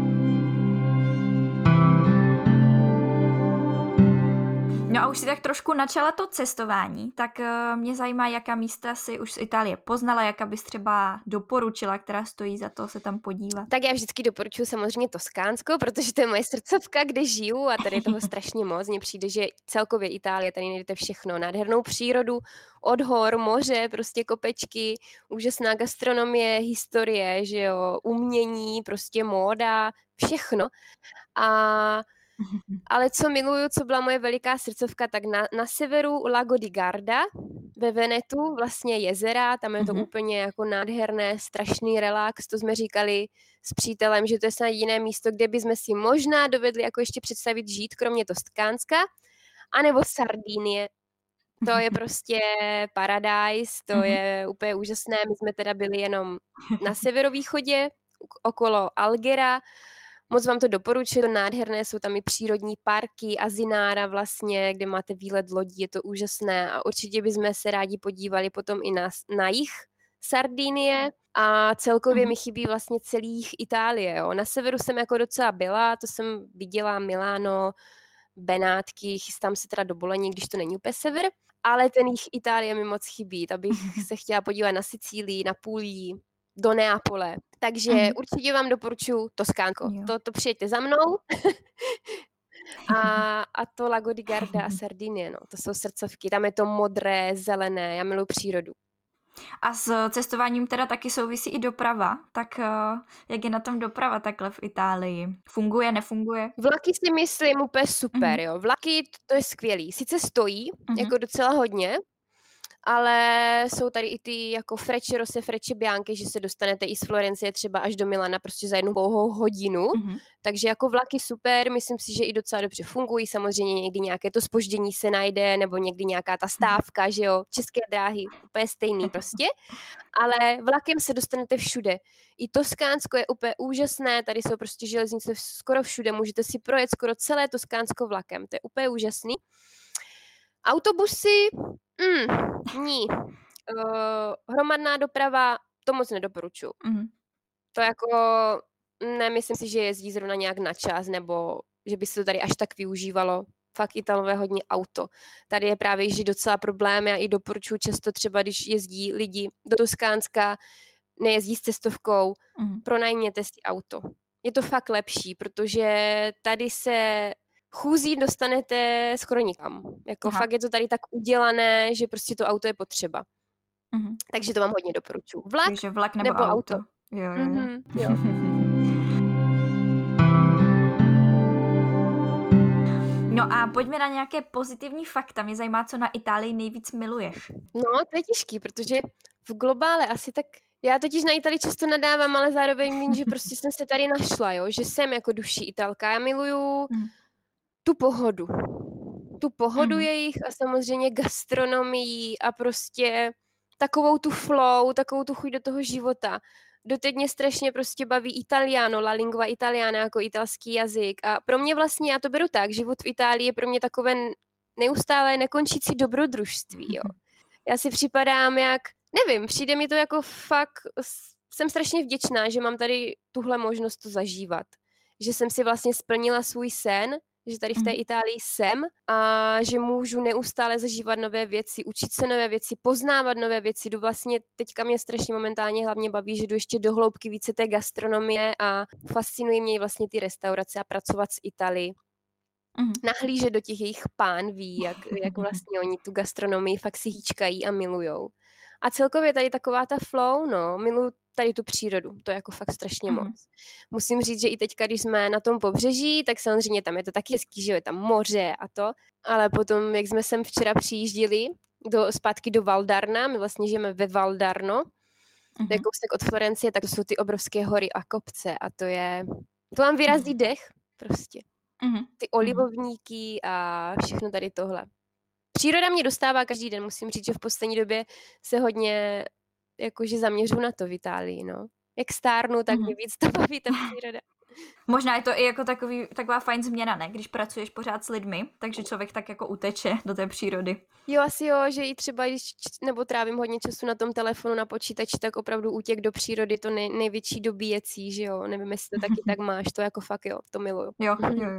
No a už si tak trošku načala to cestování, tak mě zajímá, jaká místa si už z Itálie poznala, jaká bys třeba doporučila, která stojí za to se tam podívat. Tak já vždycky doporučuji samozřejmě Toskánsko, protože to je moje srdcovka, kde žiju a tady je toho strašně moc. Mně přijde, že celkově Itálie, tady najdete všechno, nádhernou přírodu, od hor, moře, prostě kopečky, úžasná gastronomie, historie, že jo, umění, prostě móda, všechno. Ale co miluju, co byla moje veliká srdcovka, tak na severu Lago di Garda, ve Venetu, vlastně jezera, tam je to úplně jako nádherné, strašný relax, to jsme říkali s přítelem, že to je snad jediné místo, kde bychom si možná dovedli jako ještě představit žít, kromě Toskánska, anebo Sardinie. To je prostě paradise, to je úplně úžasné, my jsme teda byli jenom na severovýchodě, okolo Alghera. Moc vám to doporučuji, to nádherné, jsou tam i přírodní parky, Azinára vlastně, kde máte výlet lodí, je to úžasné a určitě bychom se rádi podívali potom i na jih Sardinie a celkově mi chybí vlastně celý jih Itálie. Jo. Na severu jsem jako docela byla, to jsem viděla Miláno, Benátky, chystám se teda do Bologny, když to není úplně sever, ale ten jih Itálie mi moc chybí, abych se chtěla podívat na Sicílii, na Pulii, do Neapole. Takže určitě vám doporučuji Toskánko. To přijďte za mnou. A to Lago di Garda a Sardinie, no, to jsou srdcovky, tam je to modré, zelené, já miluji přírodu. A s cestováním teda taky souvisí i doprava, tak jak je na tom doprava takhle v Itálii? Funguje, nefunguje? Vlaky si myslím úplně super, jo. Vlaky, to je skvělý. Sice stojí, jako docela hodně, ale jsou tady i ty jako Frecce Frecce Bianche, že se dostanete i z Florencie třeba až do Milana prostě za jednu pouhou hodinu. Takže jako vlaky super, myslím si, že i docela dobře fungují. Samozřejmě někdy nějaké to zpoždění se najde, nebo někdy nějaká ta stávka, že jo, České dráhy, úplně stejný prostě. Ale vlakem se dostanete všude. I Toskánsko je úplně úžasné, tady jsou prostě železnice skoro všude, můžete si projet skoro celé Toskánsko vlakem, to je úplně úžasný. Autobusy, ní. Hromadná doprava, to moc nedoporučuji. To jako, nemyslím si, že jezdí zrovna nějak na čas, nebo že by se to tady až tak využívalo. Fakt Italové hodně auto. Tady je právě že docela problém, já i doporučuji často třeba, když jezdí lidi do Toskánska, nejezdí s cestovkou, pronajměte si auto. Je to fakt lepší, protože tady se chůzí dostanete skoro nikam. Jako fakt je to tady tak udělané, že prostě to auto je potřeba. Takže to vám hodně doporučuji. Vlak nebo auto. Jo. No a pojďme na nějaké pozitivní fakta. Mě zajímá, co na Itálii nejvíc miluješ. No, to je těžký, protože v globále asi tak... Já totiž na Itálii často nadávám, ale zároveň vím, že prostě jsem se tady našla, jo? Že jsem jako duší Italka. Já miluju tu pohodu. Tu pohodu jejich a samozřejmě gastronomii a prostě takovou tu flow, takovou tu chuť do toho života. Doteď mě strašně prostě baví italiano, la lingua italiana, jako italský jazyk. A pro mě vlastně, já to beru tak, život v Itálii je pro mě takové neustále nekončící dobrodružství, jo. Já si připadám jak, nevím, přijde mi to jako fakt, jsem strašně vděčná, že mám tady tuhle možnost to zažívat. Že jsem si vlastně splnila svůj sen, že tady v té Itálii jsem a že můžu neustále zažívat nové věci, učit se nové věci, poznávat nové věci. Jdu vlastně, teďka mě strašně momentálně hlavně baví, že jdu ještě do hloubky více té gastronomie a fascinují mě vlastně ty restaurace a pracovat s Itálii. Nahlížet do těch jejich pánví, jak vlastně oni tu gastronomii fakt si hýčkají a milujou. A celkově tady taková ta flow, no, miluju tady tu přírodu, to je jako fakt strašně moc. Musím říct, že i teďka, když jsme na tom pobřeží, tak samozřejmě tam je to taky hezký, že je tam moře a to, ale potom, jak jsme sem včera přijížděli zpátky do Valdarna, my vlastně žijeme ve Valdarno, to je kousek od Florencie, tak to jsou ty obrovské hory a kopce a to vám vyrazí dech prostě. Ty olivovníky a všechno tady tohle. Příroda mě dostává každý den, musím říct, že v poslední době se hodně jakože zaměřuji na to v Itálii, no. Jak stárnu, tak mě víc to baví ta příroda. Možná je to i jako taková fajn změna, ne? Když pracuješ pořád s lidmi, takže člověk tak jako uteče do té přírody. Jo, asi jo, že i třeba, když nebo trávím hodně času na tom telefonu, na počítači, tak opravdu útěk do přírody, to největší dobíjecí, že jo. Nevím, jestli to taky tak máš, to jako fakt jo, to miluju. Jo.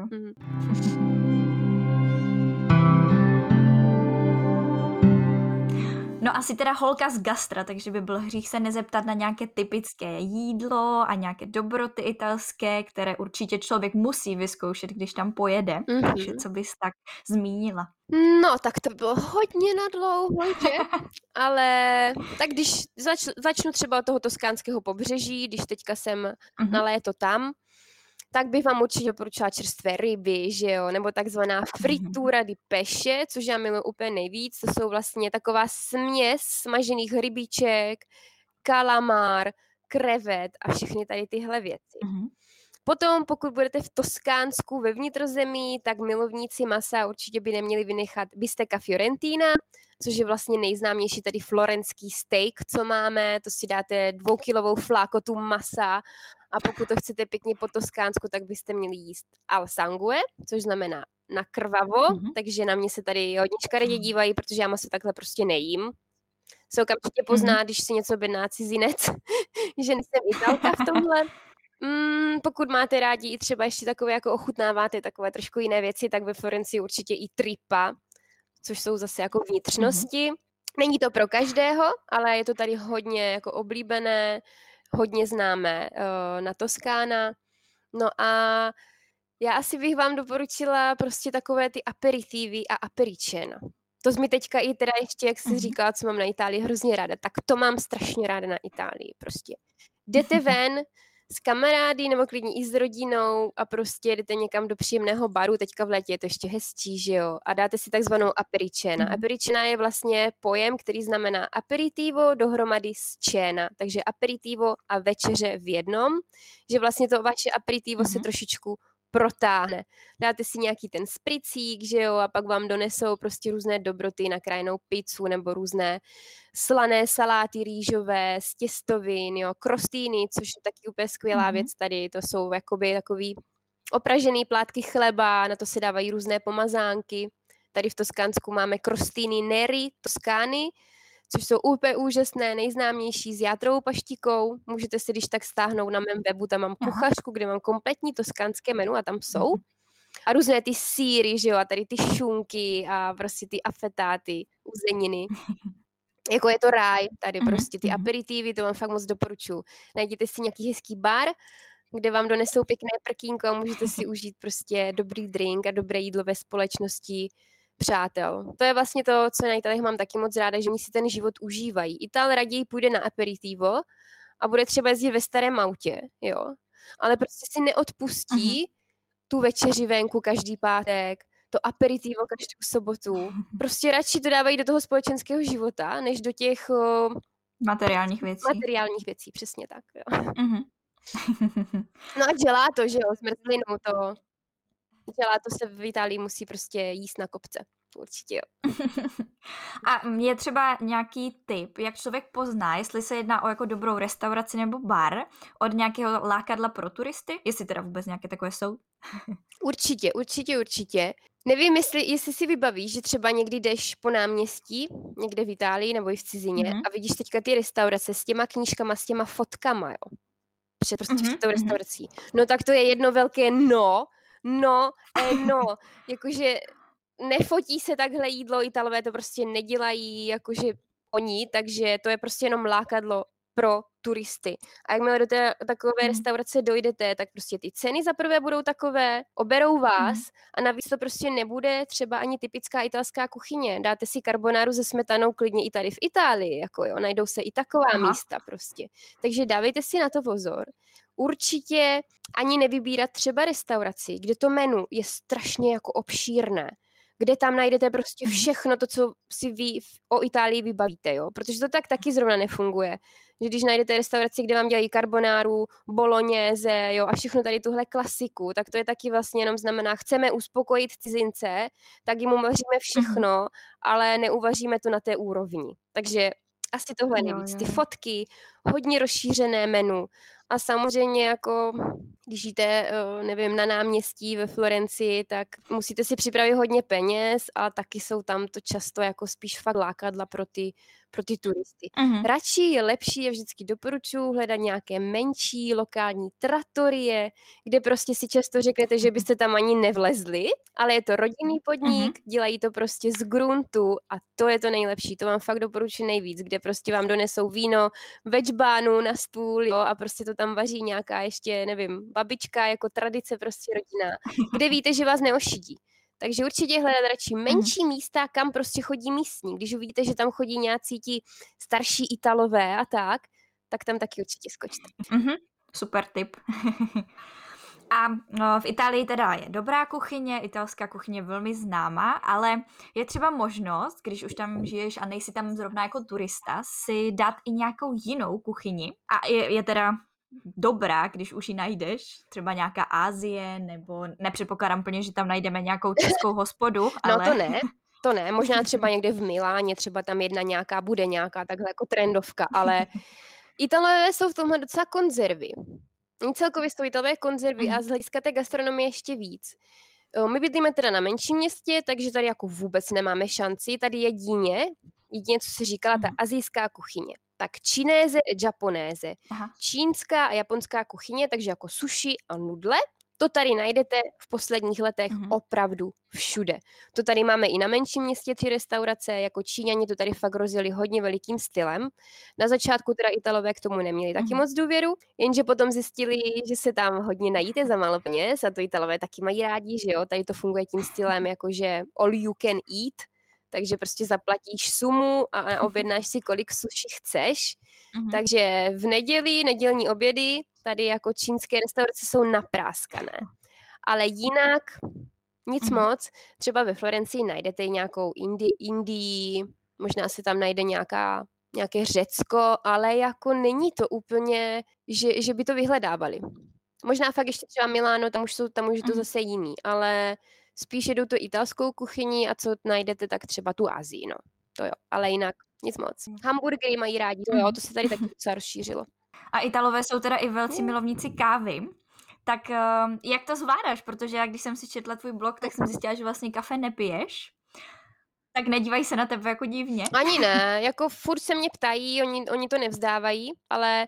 No asi teda holka z gastra, takže by byl hřích se nezeptat na nějaké typické jídlo a nějaké dobroty italské, které určitě člověk musí vyzkoušet, když tam pojede. Takže co bys tak zmínila? No, tak to bylo hodně nadlouho, že? Ale tak když začnu třeba od toho toskánského pobřeží, když teďka jsem na léto tam, tak bych vám určitě doporučila čerstvé ryby, že jo, nebo takzvaná fritura di pesce, což já miluji úplně nejvíc, to jsou vlastně taková směs smažených rybíček, kalamár, krevet a všechny tady tyhle věci. Potom, pokud budete v Toskánsku ve vnitrozemí, tak milovníci masa určitě by neměli vynechat bistecca fiorentina, což je vlastně nejznámější tady florenský steak, co máme, to si dáte 2kilovou flákotu masa a pokud to chcete pěkně po Toskánsku, tak byste měli jíst al sangue, což znamená na krvavo, takže na mě se tady hodně škaredě dívají, protože já maso takhle prostě nejím. Se okamžitě pozná, když si něco objedná cizinec, že nejsem Italka v tomhle. Pokud máte rádi i třeba ještě takové, jako ochutnáváte takové trošku jiné věci, tak ve Florencii určitě i tripa, což jsou zase jako vnitřnosti. Není to pro každého, ale je to tady hodně jako oblíbené, hodně známé na Toskána. No a Já asi bych vám doporučila prostě takové ty aperitivy a apericena. To jsi mi teďka i teda ještě, jak jsi Mhm. říkala, co mám na Itálii hrozně ráda, tak to mám strašně ráda na Itálii prostě. Jdete ven s kamarády nebo klidně i s rodinou a prostě jdete někam do příjemného baru, teďka v létě je to ještě hezčí, že jo, a dáte si takzvanou apericena. Mhm. Apericena je vlastně pojem, který znamená aperitivo dohromady s cena, takže aperitivo a večeře v jednom, že vlastně to vaše aperitivo se Mhm. trošičku protáhne. Dáte si nějaký ten spricík, že jo, a pak vám donesou prostě různé dobroty, nakrájenou pizzu nebo různé slané saláty rýžové z těstovin, jo, krostýny, což je taky úplně skvělá Mhm. věc tady, to jsou jakoby takový opražený plátky chleba, na to se dávají různé pomazánky. Tady v Toskánsku máme krostýny neri Toskány, což jsou úplně úžasné, nejznámější s játrovou paštikou. Můžete si když tak stáhnout na mém webu, tam mám Aha. kuchařku, kde mám kompletní toskánské menu a tam jsou. A různé ty sýry, že jo, a tady ty šunky a prostě ty afetáty, uzeniny. Jako je to ráj tady Mhm. prostě, ty Mhm. aperitivy, to vám fakt moc doporučuji. Najděte si nějaký hezký bar, kde vám donesou pěkné prkínko a můžete si užít prostě dobrý drink a dobré jídlo ve společnosti přátel. To je vlastně to, co na Itálii mám taky moc ráda, že oni si ten život užívají. Ital raději půjde na aperitivo a bude třeba jezdit ve starém autě, jo. Ale prostě si neodpustí tu večeři venku každý pátek, to aperitivo každou sobotu. Prostě radši to dávají do toho společenského života, než do těch Materiálních věcí. materiálních věcí, přesně tak. Jo. Mhm. No a gelato, že jo, s mrzlinou to. Gelato se v Itálii musí prostě jíst na kopce. Určitě jo. A je třeba nějaký tip, jak člověk pozná, jestli se jedná o jako dobrou restauraci nebo bar od nějakého lákadla pro turisty? Jestli teda vůbec nějaké takové jsou? Určitě. Nevím, jestli si vybavíš, že třeba někdy jdeš po náměstí, někde v Itálii nebo i v cizině a vidíš teďka ty restaurace s těma knížkama, s těma fotkama, jo. Před tou restaurací. No tak to je jedno velké no. Jakože nefotí se takhle jídlo, Italové to prostě nedělají jakože oni, takže to je prostě jenom lákadlo pro turisty. A jakmile do té takové restaurace dojdete, tak prostě ty ceny za prvé budou takové, oberou vás a navíc to prostě nebude třeba ani typická italská kuchyně. Dáte si karbonáru se smetanou klidně i tady v Itálii, jako jo, najdou se i taková místa prostě. Takže dávejte si na to pozor. Určitě ani nevybírat třeba restauraci, kde to menu je strašně jako obšírné, kde tam najdete prostě všechno to, co si vy o Itálii vybavíte, jo, protože to tak taky zrovna nefunguje, že když najdete restauraci, kde vám dělají karbonáru, bolognese, jo, a všechno tady tuhle klasiku, tak to je taky vlastně jenom znamená, chceme uspokojit cizince, tak jim uvaříme všechno, ale neuvaříme to na té úrovni. Takže asi tohle nejvíc. Ty fotky, hodně rozšířené menu a samozřejmě jako když jíte, nevím, na náměstí ve Florencii, tak musíte si připravit hodně peněz a taky jsou tam to často jako spíš fakt lákadla pro ty turisty. Radši je lepší, je vždycky doporučuji hledat nějaké menší lokální trattorie, kde prostě si často řeknete, že byste tam ani nevlezli, ale je to rodinný podnik, dělají to prostě z gruntu a to je to nejlepší, to vám fakt doporučuji nejvíc, kde prostě vám donesou víno, večbánu na stůl, jo, a prostě to tam vaří nějaká ještě, nevím, babička jako tradice prostě rodina, kde víte, že vás neošidí. Takže určitě hledat radši menší místa, kam prostě chodí místní. Když uvidíte, že tam chodí nějací ti starší Italové a tak tam taky určitě skočte. Super tip. A v Itálii teda je dobrá kuchyně, italská kuchyně je velmi známá, ale je třeba možnost, když už tam žiješ a nejsi tam zrovna jako turista, si dát i nějakou jinou kuchyni. A je teda dobrá, když už ji najdeš, třeba nějaká Asie, nebo nepředpokládám plně, že tam najdeme nějakou českou hospodu, ale... No to ne, možná třeba někde v Miláně, třeba tam bude nějaká takhle jako trendovka, ale Italové jsou v tomhle docela konzervy. Celkově jsou Italové konzervy a z hlediska té gastronomie ještě víc. My bydlíme teda na menším městě, takže tady jako vůbec nemáme šanci. Tady jedině, co si říkala, ta asijská kuchyně. Tak čínéze, japonéze. Čínská a japonská kuchyně, takže jako sushi a nudle. To tady najdete v posledních letech opravdu všude. To tady máme i na menším městě 3 restaurace, jako Číňani to tady fakt rozjeli hodně velikým stylem. Na začátku teda Italové k tomu neměli taky moc důvěru, jenže potom zjistili, že se tam hodně najíte za málo peněz a to Italové taky mají rádi, že jo, tady to funguje tím stylem, jakože all you can eat, takže prostě zaplatíš sumu a objednáš si kolik sushi chceš. Takže v nedělní obědy tady jako čínské restaurace jsou napráskané. Ale jinak nic moc. Třeba ve Florencii najdete nějakou Indii, možná se tam najde nějaké Řecko, ale jako není to úplně, že by to vyhledávali. Možná fakt ještě třeba Miláno, tam už je to zase jiný, ale spíš jedou to italskou kuchyni a co najdete, tak třeba tu Asii, no. To jo, ale jinak nic moc. Hamburgery mají rádi, to se tady taky docela rozšířilo. A Italové jsou teda i velcí milovníci kávy. Tak jak to zvládáš? Protože já, když jsem si četla tvůj blog, tak jsem zjistila, že vlastně kafe nepiješ. Tak nedívají se na tebe jako divně? Ani ne, jako furt se mě ptají, oni to nevzdávají, ale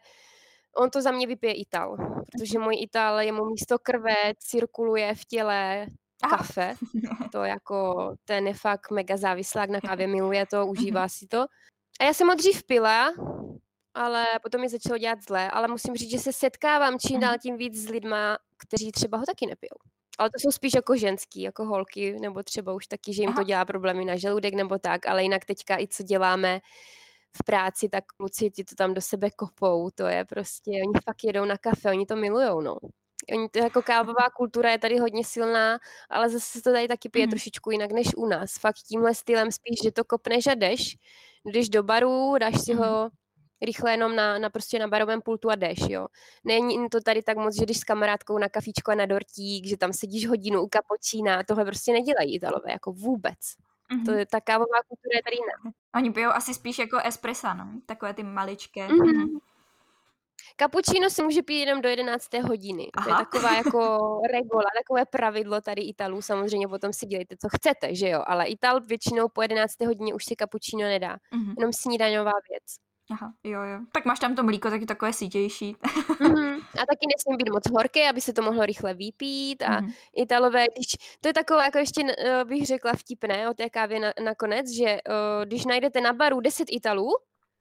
on to za mě vypije Ital, protože můj Ital je mu místo krve, cirkuluje v těle kafe. To jako, ten je fakt mega závislák na kávě, miluje to, užívá si to. A já jsem ho dřív pila, ale potom mi začalo dělat zle, ale musím říct, že se setkávám čím dál tím víc s lidma, kteří třeba ho taky nepijou. Ale to jsou spíš jako ženský, jako holky, nebo třeba už taky, že jim to dělá problémy na žaludek nebo tak, ale jinak teďka i co děláme v práci, tak kluci ti to tam do sebe kopou, to je prostě, oni fakt jedou na kafe, oni to milujou, no. Oni to jako kávová kultura je tady hodně silná, ale zase se to tady taky pije trošičku jinak než u nás. Fakt tímhle stylem spíš, že to kopneš a jdeš do baru, dáš si ho rychle jenom prostě na barovém pultu a jdeš, jo. Není to tady tak moc, že jdeš s kamarádkou na kafíčko a na dortík, že tam sedíš hodinu u kapučína, tohle prostě nedělají Italové, jako vůbec. To je, ta kávová kultura je tady jiná. Oni pijou asi spíš jako espresso, no? Takové ty maličké. Cappuccino se může pít jenom do 11. hodiny. Aha. To je taková jako regola, takové pravidlo tady Italů. Samozřejmě potom si dělejte, co chcete, že jo? Ale Ital většinou po 11. hodině už si cappuccino nedá. Jenom snídaňová věc. Aha, jo. Tak máš tam to mlíko, taky takové sítější. A taky nesmí být moc horké, aby se to mohlo rychle vypít. A Italové, to je takové, jako ještě bych řekla vtipné o té kávě nakonec, že když najdete na baru 10 Italů,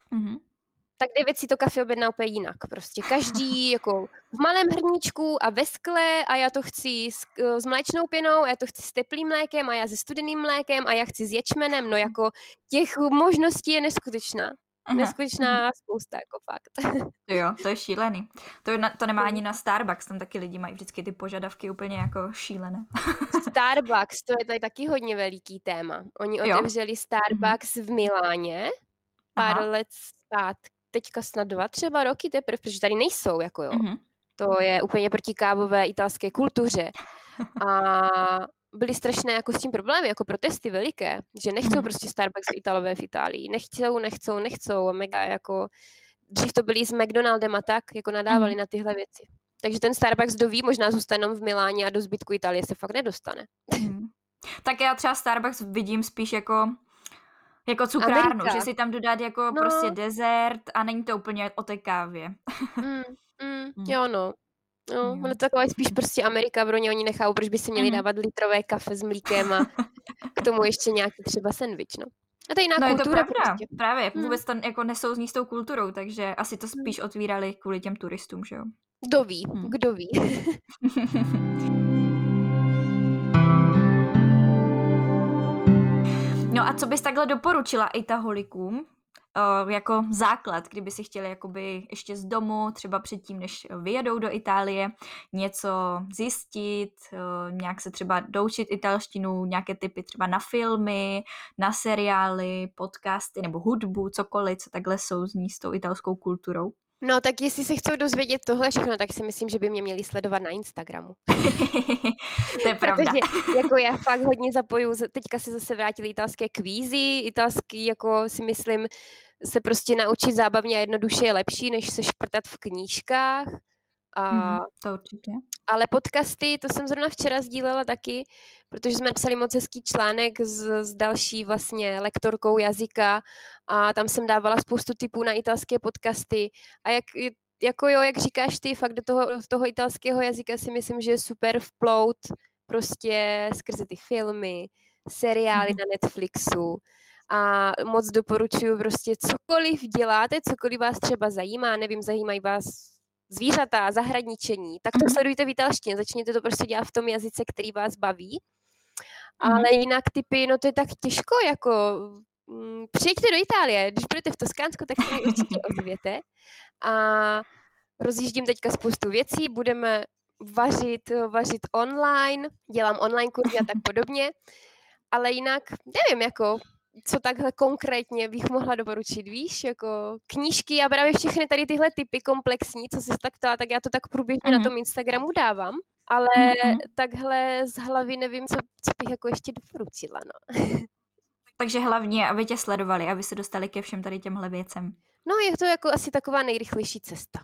tak 9 si to kafe objedná úplně jinak. Prostě každý jako v malém hrníčku a ve skle a já to chci s mléčnou pěnou, a já to chci s teplým mlékem a já se studeným mlékem a já chci s ječmenem. No jako těch možností je neskutečná. Neskutečná spousta, jako fakt. Jo, to je šílený. To nemá ani na Starbucks, tam taky lidi mají vždycky ty požadavky úplně jako šílené. Starbucks, to je tady taky hodně veliký téma. Oni otevřeli Starbucks v Miláně pár let zpátky. Teďka snad 2 třeba roky teprve, protože tady nejsou, jako jo. To je úplně proti kávové italské kultuře. A byly strašné jako s tím problémy, jako protesty veliké, že nechcou prostě Starbucks Italové v Itálii. Nechcou. Mega jako, dřív to byli s McDonaldem a tak, jako nadávali na tyhle věci. Takže ten Starbucks, kdo ví, možná zůstane v Miláně a do zbytku Itálie se fakt nedostane. Tak já třeba Starbucks vidím spíš jako cukrárnu, Amerika. Že si tam dodat jako prostě dezert a není to úplně o té kávě. Jo, no. Ale taková je spíš prostě Amerika, pro ně oni nechápou, proč by si měli dávat litrové kafe s mlíkem a k tomu ještě nějaký třeba sandwich, no. A to je jiná kultura. Je to pravda, prostě. Právě, vůbec to jako nesouzní s tou kulturou, takže asi to spíš otvírali kvůli těm turistům, že jo? Kdo ví. No a co bys takhle doporučila Itaholikům jako základ, kdyby si chtěli jakoby ještě z domu, třeba předtím, než vyjedou do Itálie, něco zjistit, nějak se třeba doučit italštinu, nějaké tipy třeba na filmy, na seriály, podcasty nebo hudbu, cokoliv, co takhle souzní s tou italskou kulturou? No tak jestli se chcou dozvědět tohle všechno, tak si myslím, že by mě měli sledovat na Instagramu. To je pravda. Protože jako já fakt hodně zapoju, teďka se zase vrátily italské kvízy, italský jako si myslím se prostě naučit zábavně a jednoduše je lepší, než se šprtat v knížkách. To určitě. Ale podcasty, to jsem zrovna včera sdílela taky, protože jsme napsali moc hezký článek s další vlastně lektorkou jazyka a tam jsem dávala spoustu tipů na italské podcasty a jak jako jo, jak říkáš ty, fakt do toho italského jazyka si myslím, že je super vplout prostě skrze ty filmy, seriály na Netflixu a moc doporučuji prostě cokoliv děláte, cokoliv vás třeba zajímá, nevím, zajímají vás zvířata, zahradničení, tak to sledujte v italštině, začněte to prostě dělat v tom jazyce, který vás baví. Ale jinak typy, no to je tak těžko, jako přijeďte do Itálie, když budete v Toskánsku, tak se mi určitě ozvěte. A rozjíždím teďka spoustu věcí, budeme vařit online, dělám online kurzy a tak podobně, ale jinak nevím, jako co takhle konkrétně bych mohla doporučit, víš, jako knížky a právě všechny tady tyhle typy komplexní, co jsi tak ptala, tak já to tak průběžně na tom Instagramu dávám, ale takhle z hlavy nevím, co bych jako ještě doporučila, no. Takže hlavně, aby tě sledovali, aby se dostali ke všem tady těmhle věcem. No, je to jako asi taková nejrychlejší cesta.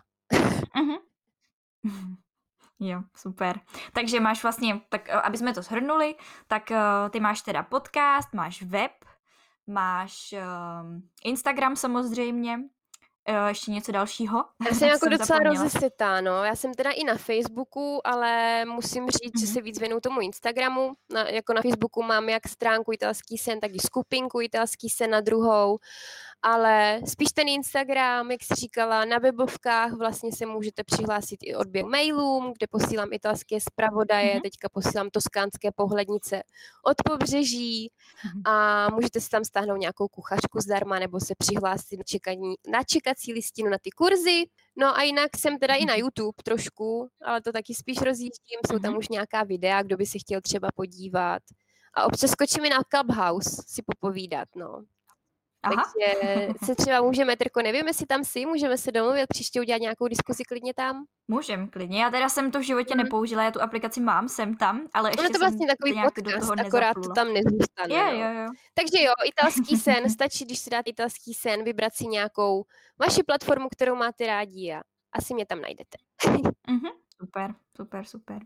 Jo, super. Takže máš vlastně, tak aby jsme to shrnuli, tak ty máš teda podcast, máš web, máš Instagram samozřejmě, ještě něco dalšího? Já jsem jako docela rozesetá, no. Já jsem teda i na Facebooku, ale musím říct, že se víc věnuju tomu Instagramu. Jako na Facebooku mám jak stránku Italský sen, tak i skupinku Italský sen na druhou, ale spíš ten Instagram, jak jsi říkala, na webovkách vlastně se můžete přihlásit i odběr mailům, kde posílám italské zpravodaje, teďka posílám toskánské pohlednice od pobřeží a můžete si tam stáhnout nějakou kuchařku zdarma nebo se přihlásit na čekací listinu na ty kurzy. No a jinak jsem teda i na YouTube trošku, ale to taky spíš rozjíždím, jsou tam už nějaká videa, kdo by si chtěl třeba podívat. A občas skočím i na Clubhouse si popovídat, no. Aha. Takže se třeba můžeme, Terko, nevím, jestli tam můžeme se domluvit, příště udělat nějakou diskuzi klidně tam. Můžem, klidně. Já teda jsem to v životě nepoužila, já tu aplikaci mám, jsem tam, ale ještě to vlastně takový podcast, akorát to tam nezůstane. Jo. Takže jo, Italský sen, stačí, když si dáte Italský sen, vybrat si nějakou vaši platformu, kterou máte rádi a asi mě tam najdete. Super.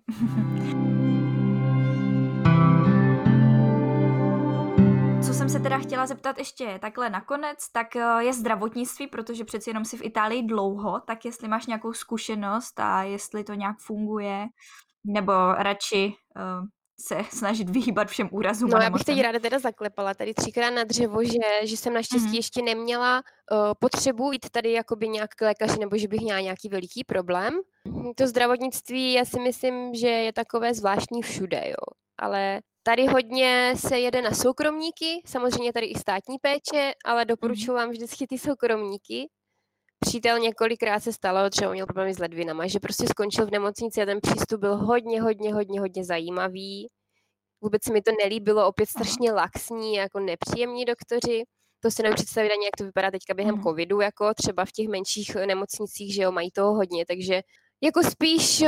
Co jsem se teda chtěla zeptat ještě takhle nakonec, tak je zdravotnictví, protože přeci jenom jsi v Itálii dlouho, tak jestli máš nějakou zkušenost a jestli to nějak funguje, nebo radši se snažit vyhýbat všem úrazům. No, já bych teď ráda teda zaklepala tady 3krát na dřevo, že jsem naštěstí ještě neměla potřebu jít tady jakoby nějak k lékaři, nebo že bych měla nějaký veliký problém. To zdravotnictví, já si myslím, že je takové zvláštní všude, jo, ale tady hodně se jede na soukromníky, samozřejmě tady i státní péče, ale doporučuji vám vždycky ty soukromníky. Přítel několikrát se stalo, třeba měl problémy s ledvinama, že prostě skončil v nemocnici a ten přístup byl hodně zajímavý. Vůbec se mi to nelíbilo, opět strašně laxní, jako nepříjemní doktoři. To si nevím představit ani, jak to vypadá teďka během covidu, jako třeba v těch menších nemocnicích, že jo, mají toho hodně, takže jako spíš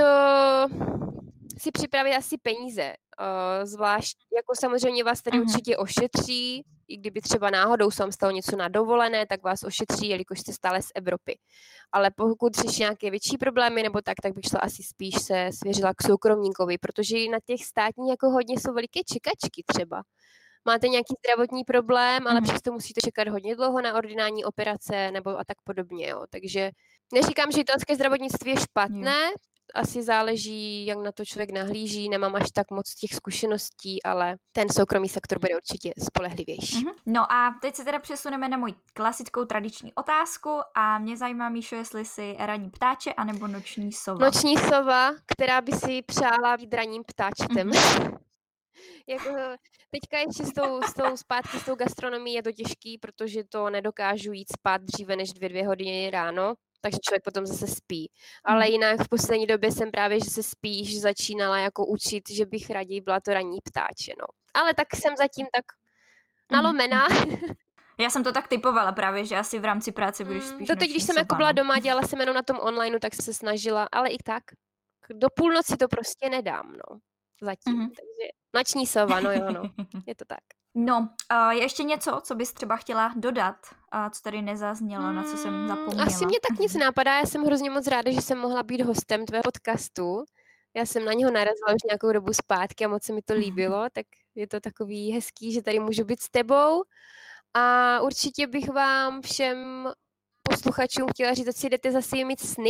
si připravit asi peníze. Zvlášť, jako samozřejmě vás tady určitě ošetří, i kdyby třeba náhodou se vám stalo něco na dovolené, tak vás ošetří, jelikož jste stále z Evropy. Ale pokud řeší nějaké větší problémy nebo tak bych šla asi spíš se svěřila k soukromníkovi, protože na těch státních jako hodně jsou veliké čekačky třeba. Máte nějaký zdravotní problém, ale přesto musíte čekat hodně dlouho na ordinální operace nebo a tak podobně. Jo. Takže neříkám, že italské zdravotnictví je špatné, asi záleží, jak na to člověk nahlíží, nemám až tak moc těch zkušeností, ale ten soukromý sektor bude určitě spolehlivější. No a teď se teda přesuneme na moji klasickou tradiční otázku a mě zajímá, Míšo, jestli jsi ranní ptáče anebo noční sova. Noční sova, která by si přála být ranním ptáčetem. Jako, teďka ještě zpátky s tou gastronomií je to těžký, protože to nedokážu jít spát dříve než 2 hodiny ráno, takže člověk potom zase spí. Ale jinak v poslední době jsem právě, že se spíš začínala jako učit, že bych raději byla to ranní ptáče, no. Ale tak jsem zatím tak nalomená. Já jsem to tak typovala právě, že asi v rámci práce budeš spíš to teď, když jsem jako byla doma, dělala jsem jenom na tom online, tak jsem se snažila, ale i tak do půlnoci to prostě nedám, no. Zatím, takže noční sova, no jo, no. Je to tak. No, je ještě něco, co bys třeba chtěla dodat, a co tady nezaznělo, na co jsem zapomněla? Asi mě tak nic napadá, já jsem hrozně moc ráda, že jsem mohla být hostem tvého podcastu. Já jsem na něho narazila už nějakou dobu zpátky a moc se mi to líbilo, tak je to takový hezký, že tady můžu být s tebou. A určitě bych vám všem posluchačům chtěla říct, že si jdete zase mít sny,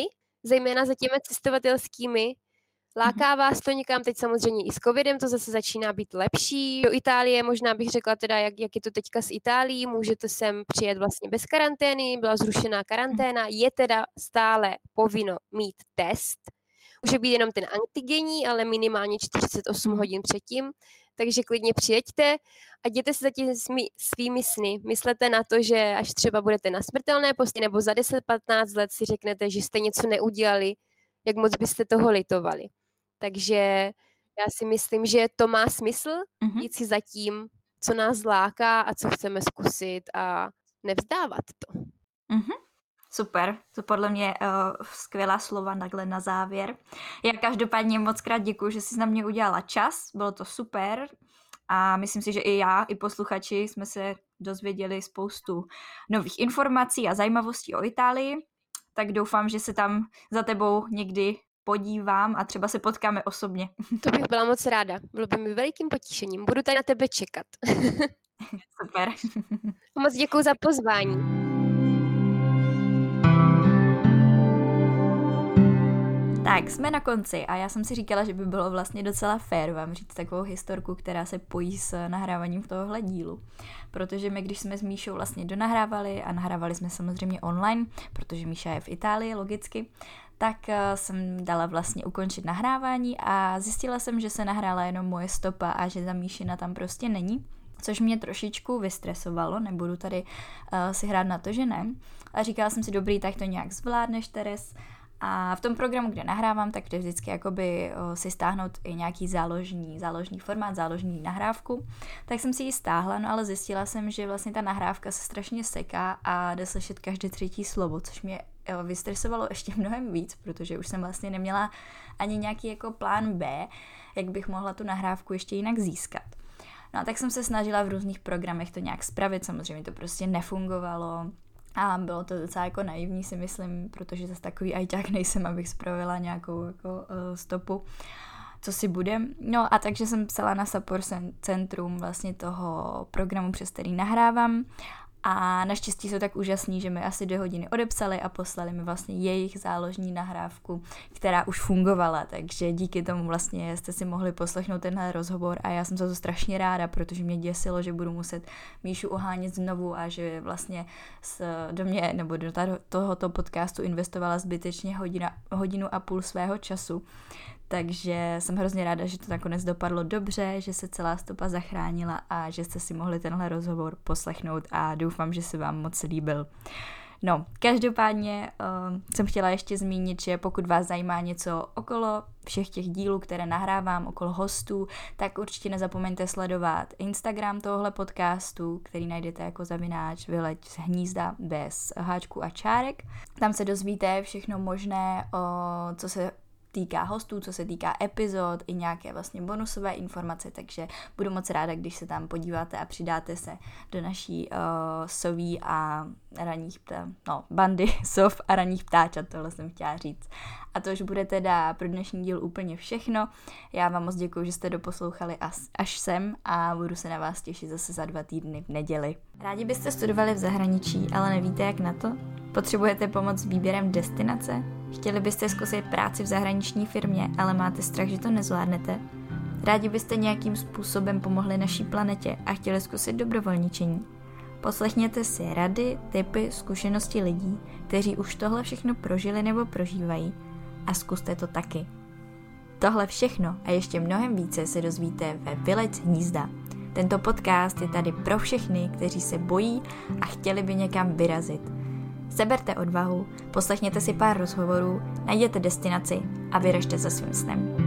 zejména za těmi cestovatelskými. Láká vás to někam, teď samozřejmě i s covidem to zase začíná být lepší. Do Itálie možná bych řekla teda, jak je to teďka s Itálií, můžete sem přijet vlastně bez karantény, byla zrušená karanténa, je teda stále povinno mít test. Může být jenom ten antigenní, ale minimálně 48 hodin předtím, takže klidně přijeďte a jděte se za těmi svými sny. Myslete na to, že až třeba budete na smrtelné posteli nebo za 10-15 let si řeknete, že jste něco neudělali, jak moc byste toho litovali. Takže já si myslím, že to má smysl jít si za tím, co nás láká a co chceme zkusit a nevzdávat to. Super, to podle mě skvělá slova takhle na závěr. Já každopádně moc krát děkuju, že jsi na mě udělala čas, bylo to super a myslím si, že i já, i posluchači jsme se dozvěděli spoustu nových informací a zajímavostí o Itálii, tak doufám, že se tam za tebou někdy podívám a třeba se potkáme osobně. To bych byla moc ráda, bylo by mi velikým potěšením, budu tady na tebe čekat. Super. Moc děkuju za pozvání. Tak, jsme na konci a já jsem si říkala, že by bylo vlastně docela fér vám říct takovou historku, která se pojí s nahráváním tohohle dílu. Protože my, když jsme s Míšou vlastně donahrávali a nahrávali jsme samozřejmě online, protože Míša je v Itálii, logicky, tak jsem dala vlastně ukončit nahrávání a zjistila jsem, že se nahrála jenom moje stopa a že ta Míšina tam prostě není. Což mě trošičku vystresovalo, nebudu tady si hrát na to, že ne. A říkala jsem si, dobrý, tak to nějak zvládneš, Teres. A v tom programu, kde nahrávám, tak jde vždycky jakoby si stáhnout i nějaký záložní formát, záložní nahrávku. Tak jsem si ji stáhla, no ale zjistila jsem, že vlastně ta nahrávka se strašně seká a jde slyšet každé třetí slovo, což mě vystresovalo ještě mnohem víc, protože už jsem vlastně neměla ani nějaký jako plán B, jak bych mohla tu nahrávku ještě jinak získat. No a tak jsem se snažila v různých programech to nějak spravit, samozřejmě to prostě nefungovalo. A bylo to docela jako naivní, si myslím, protože zase takový ajťák nejsem, abych spravila nějakou jako stopu, co si bude. No a takže jsem psala na support centrum vlastně toho programu, přes který nahrávám. A naštěstí jsou tak úžasní, že mi asi 2 hodiny odepsali a poslali mi vlastně jejich záložní nahrávku, která už fungovala, takže díky tomu vlastně jste si mohli poslechnout tenhle rozhovor a já jsem za to strašně ráda, protože mě děsilo, že budu muset Míšu ohánět znovu a že vlastně do mě nebo do tohoto podcastu investovala zbytečně hodinu a půl svého času. Takže jsem hrozně ráda, že to nakonec dopadlo dobře, že se celá stopa zachránila a že jste si mohli tenhle rozhovor poslechnout a doufám, že se vám moc líbil. No, každopádně jsem chtěla ještě zmínit, že pokud vás zajímá něco okolo všech těch dílů, které nahrávám, okolo hostů, tak určitě nezapomeňte sledovat Instagram tohohle podcastu, který najdete jako @ Vyleď z hnízda bez háčků a čárek. Tam se dozvíte všechno možné, co se týká hostů, co se týká epizod i nějaké vlastně bonusové informace, takže budu moc ráda, když se tam podíváte a přidáte se do naší soví a ranních bandy sov a ranních ptáčat, tohle jsem chtěla říct. A to už bude teda pro dnešní díl úplně všechno. Já vám moc děkuji, že jste doposlouchali až sem a budu se na vás těšit zase za 2 týdny v neděli. Rádi byste studovali v zahraničí, ale nevíte jak na to? Potřebujete pomoc s výběrem destinace? Chtěli byste zkusit práci v zahraniční firmě, ale máte strach, že to nezvládnete? Rádi byste nějakým způsobem pomohli naší planetě a chtěli zkusit dobrovolničení? Poslechněte si rady, tipy, zkušenosti lidí, kteří už tohle všechno prožili nebo prožívají a zkuste to taky. Tohle všechno a ještě mnohem více se dozvíte ve Vyleď z hnízda. Tento podcast je tady pro všechny, kteří se bojí a chtěli by někam vyrazit. Seberte odvahu, poslechněte si pár rozhovorů, najděte destinaci a vyražte za svým snem.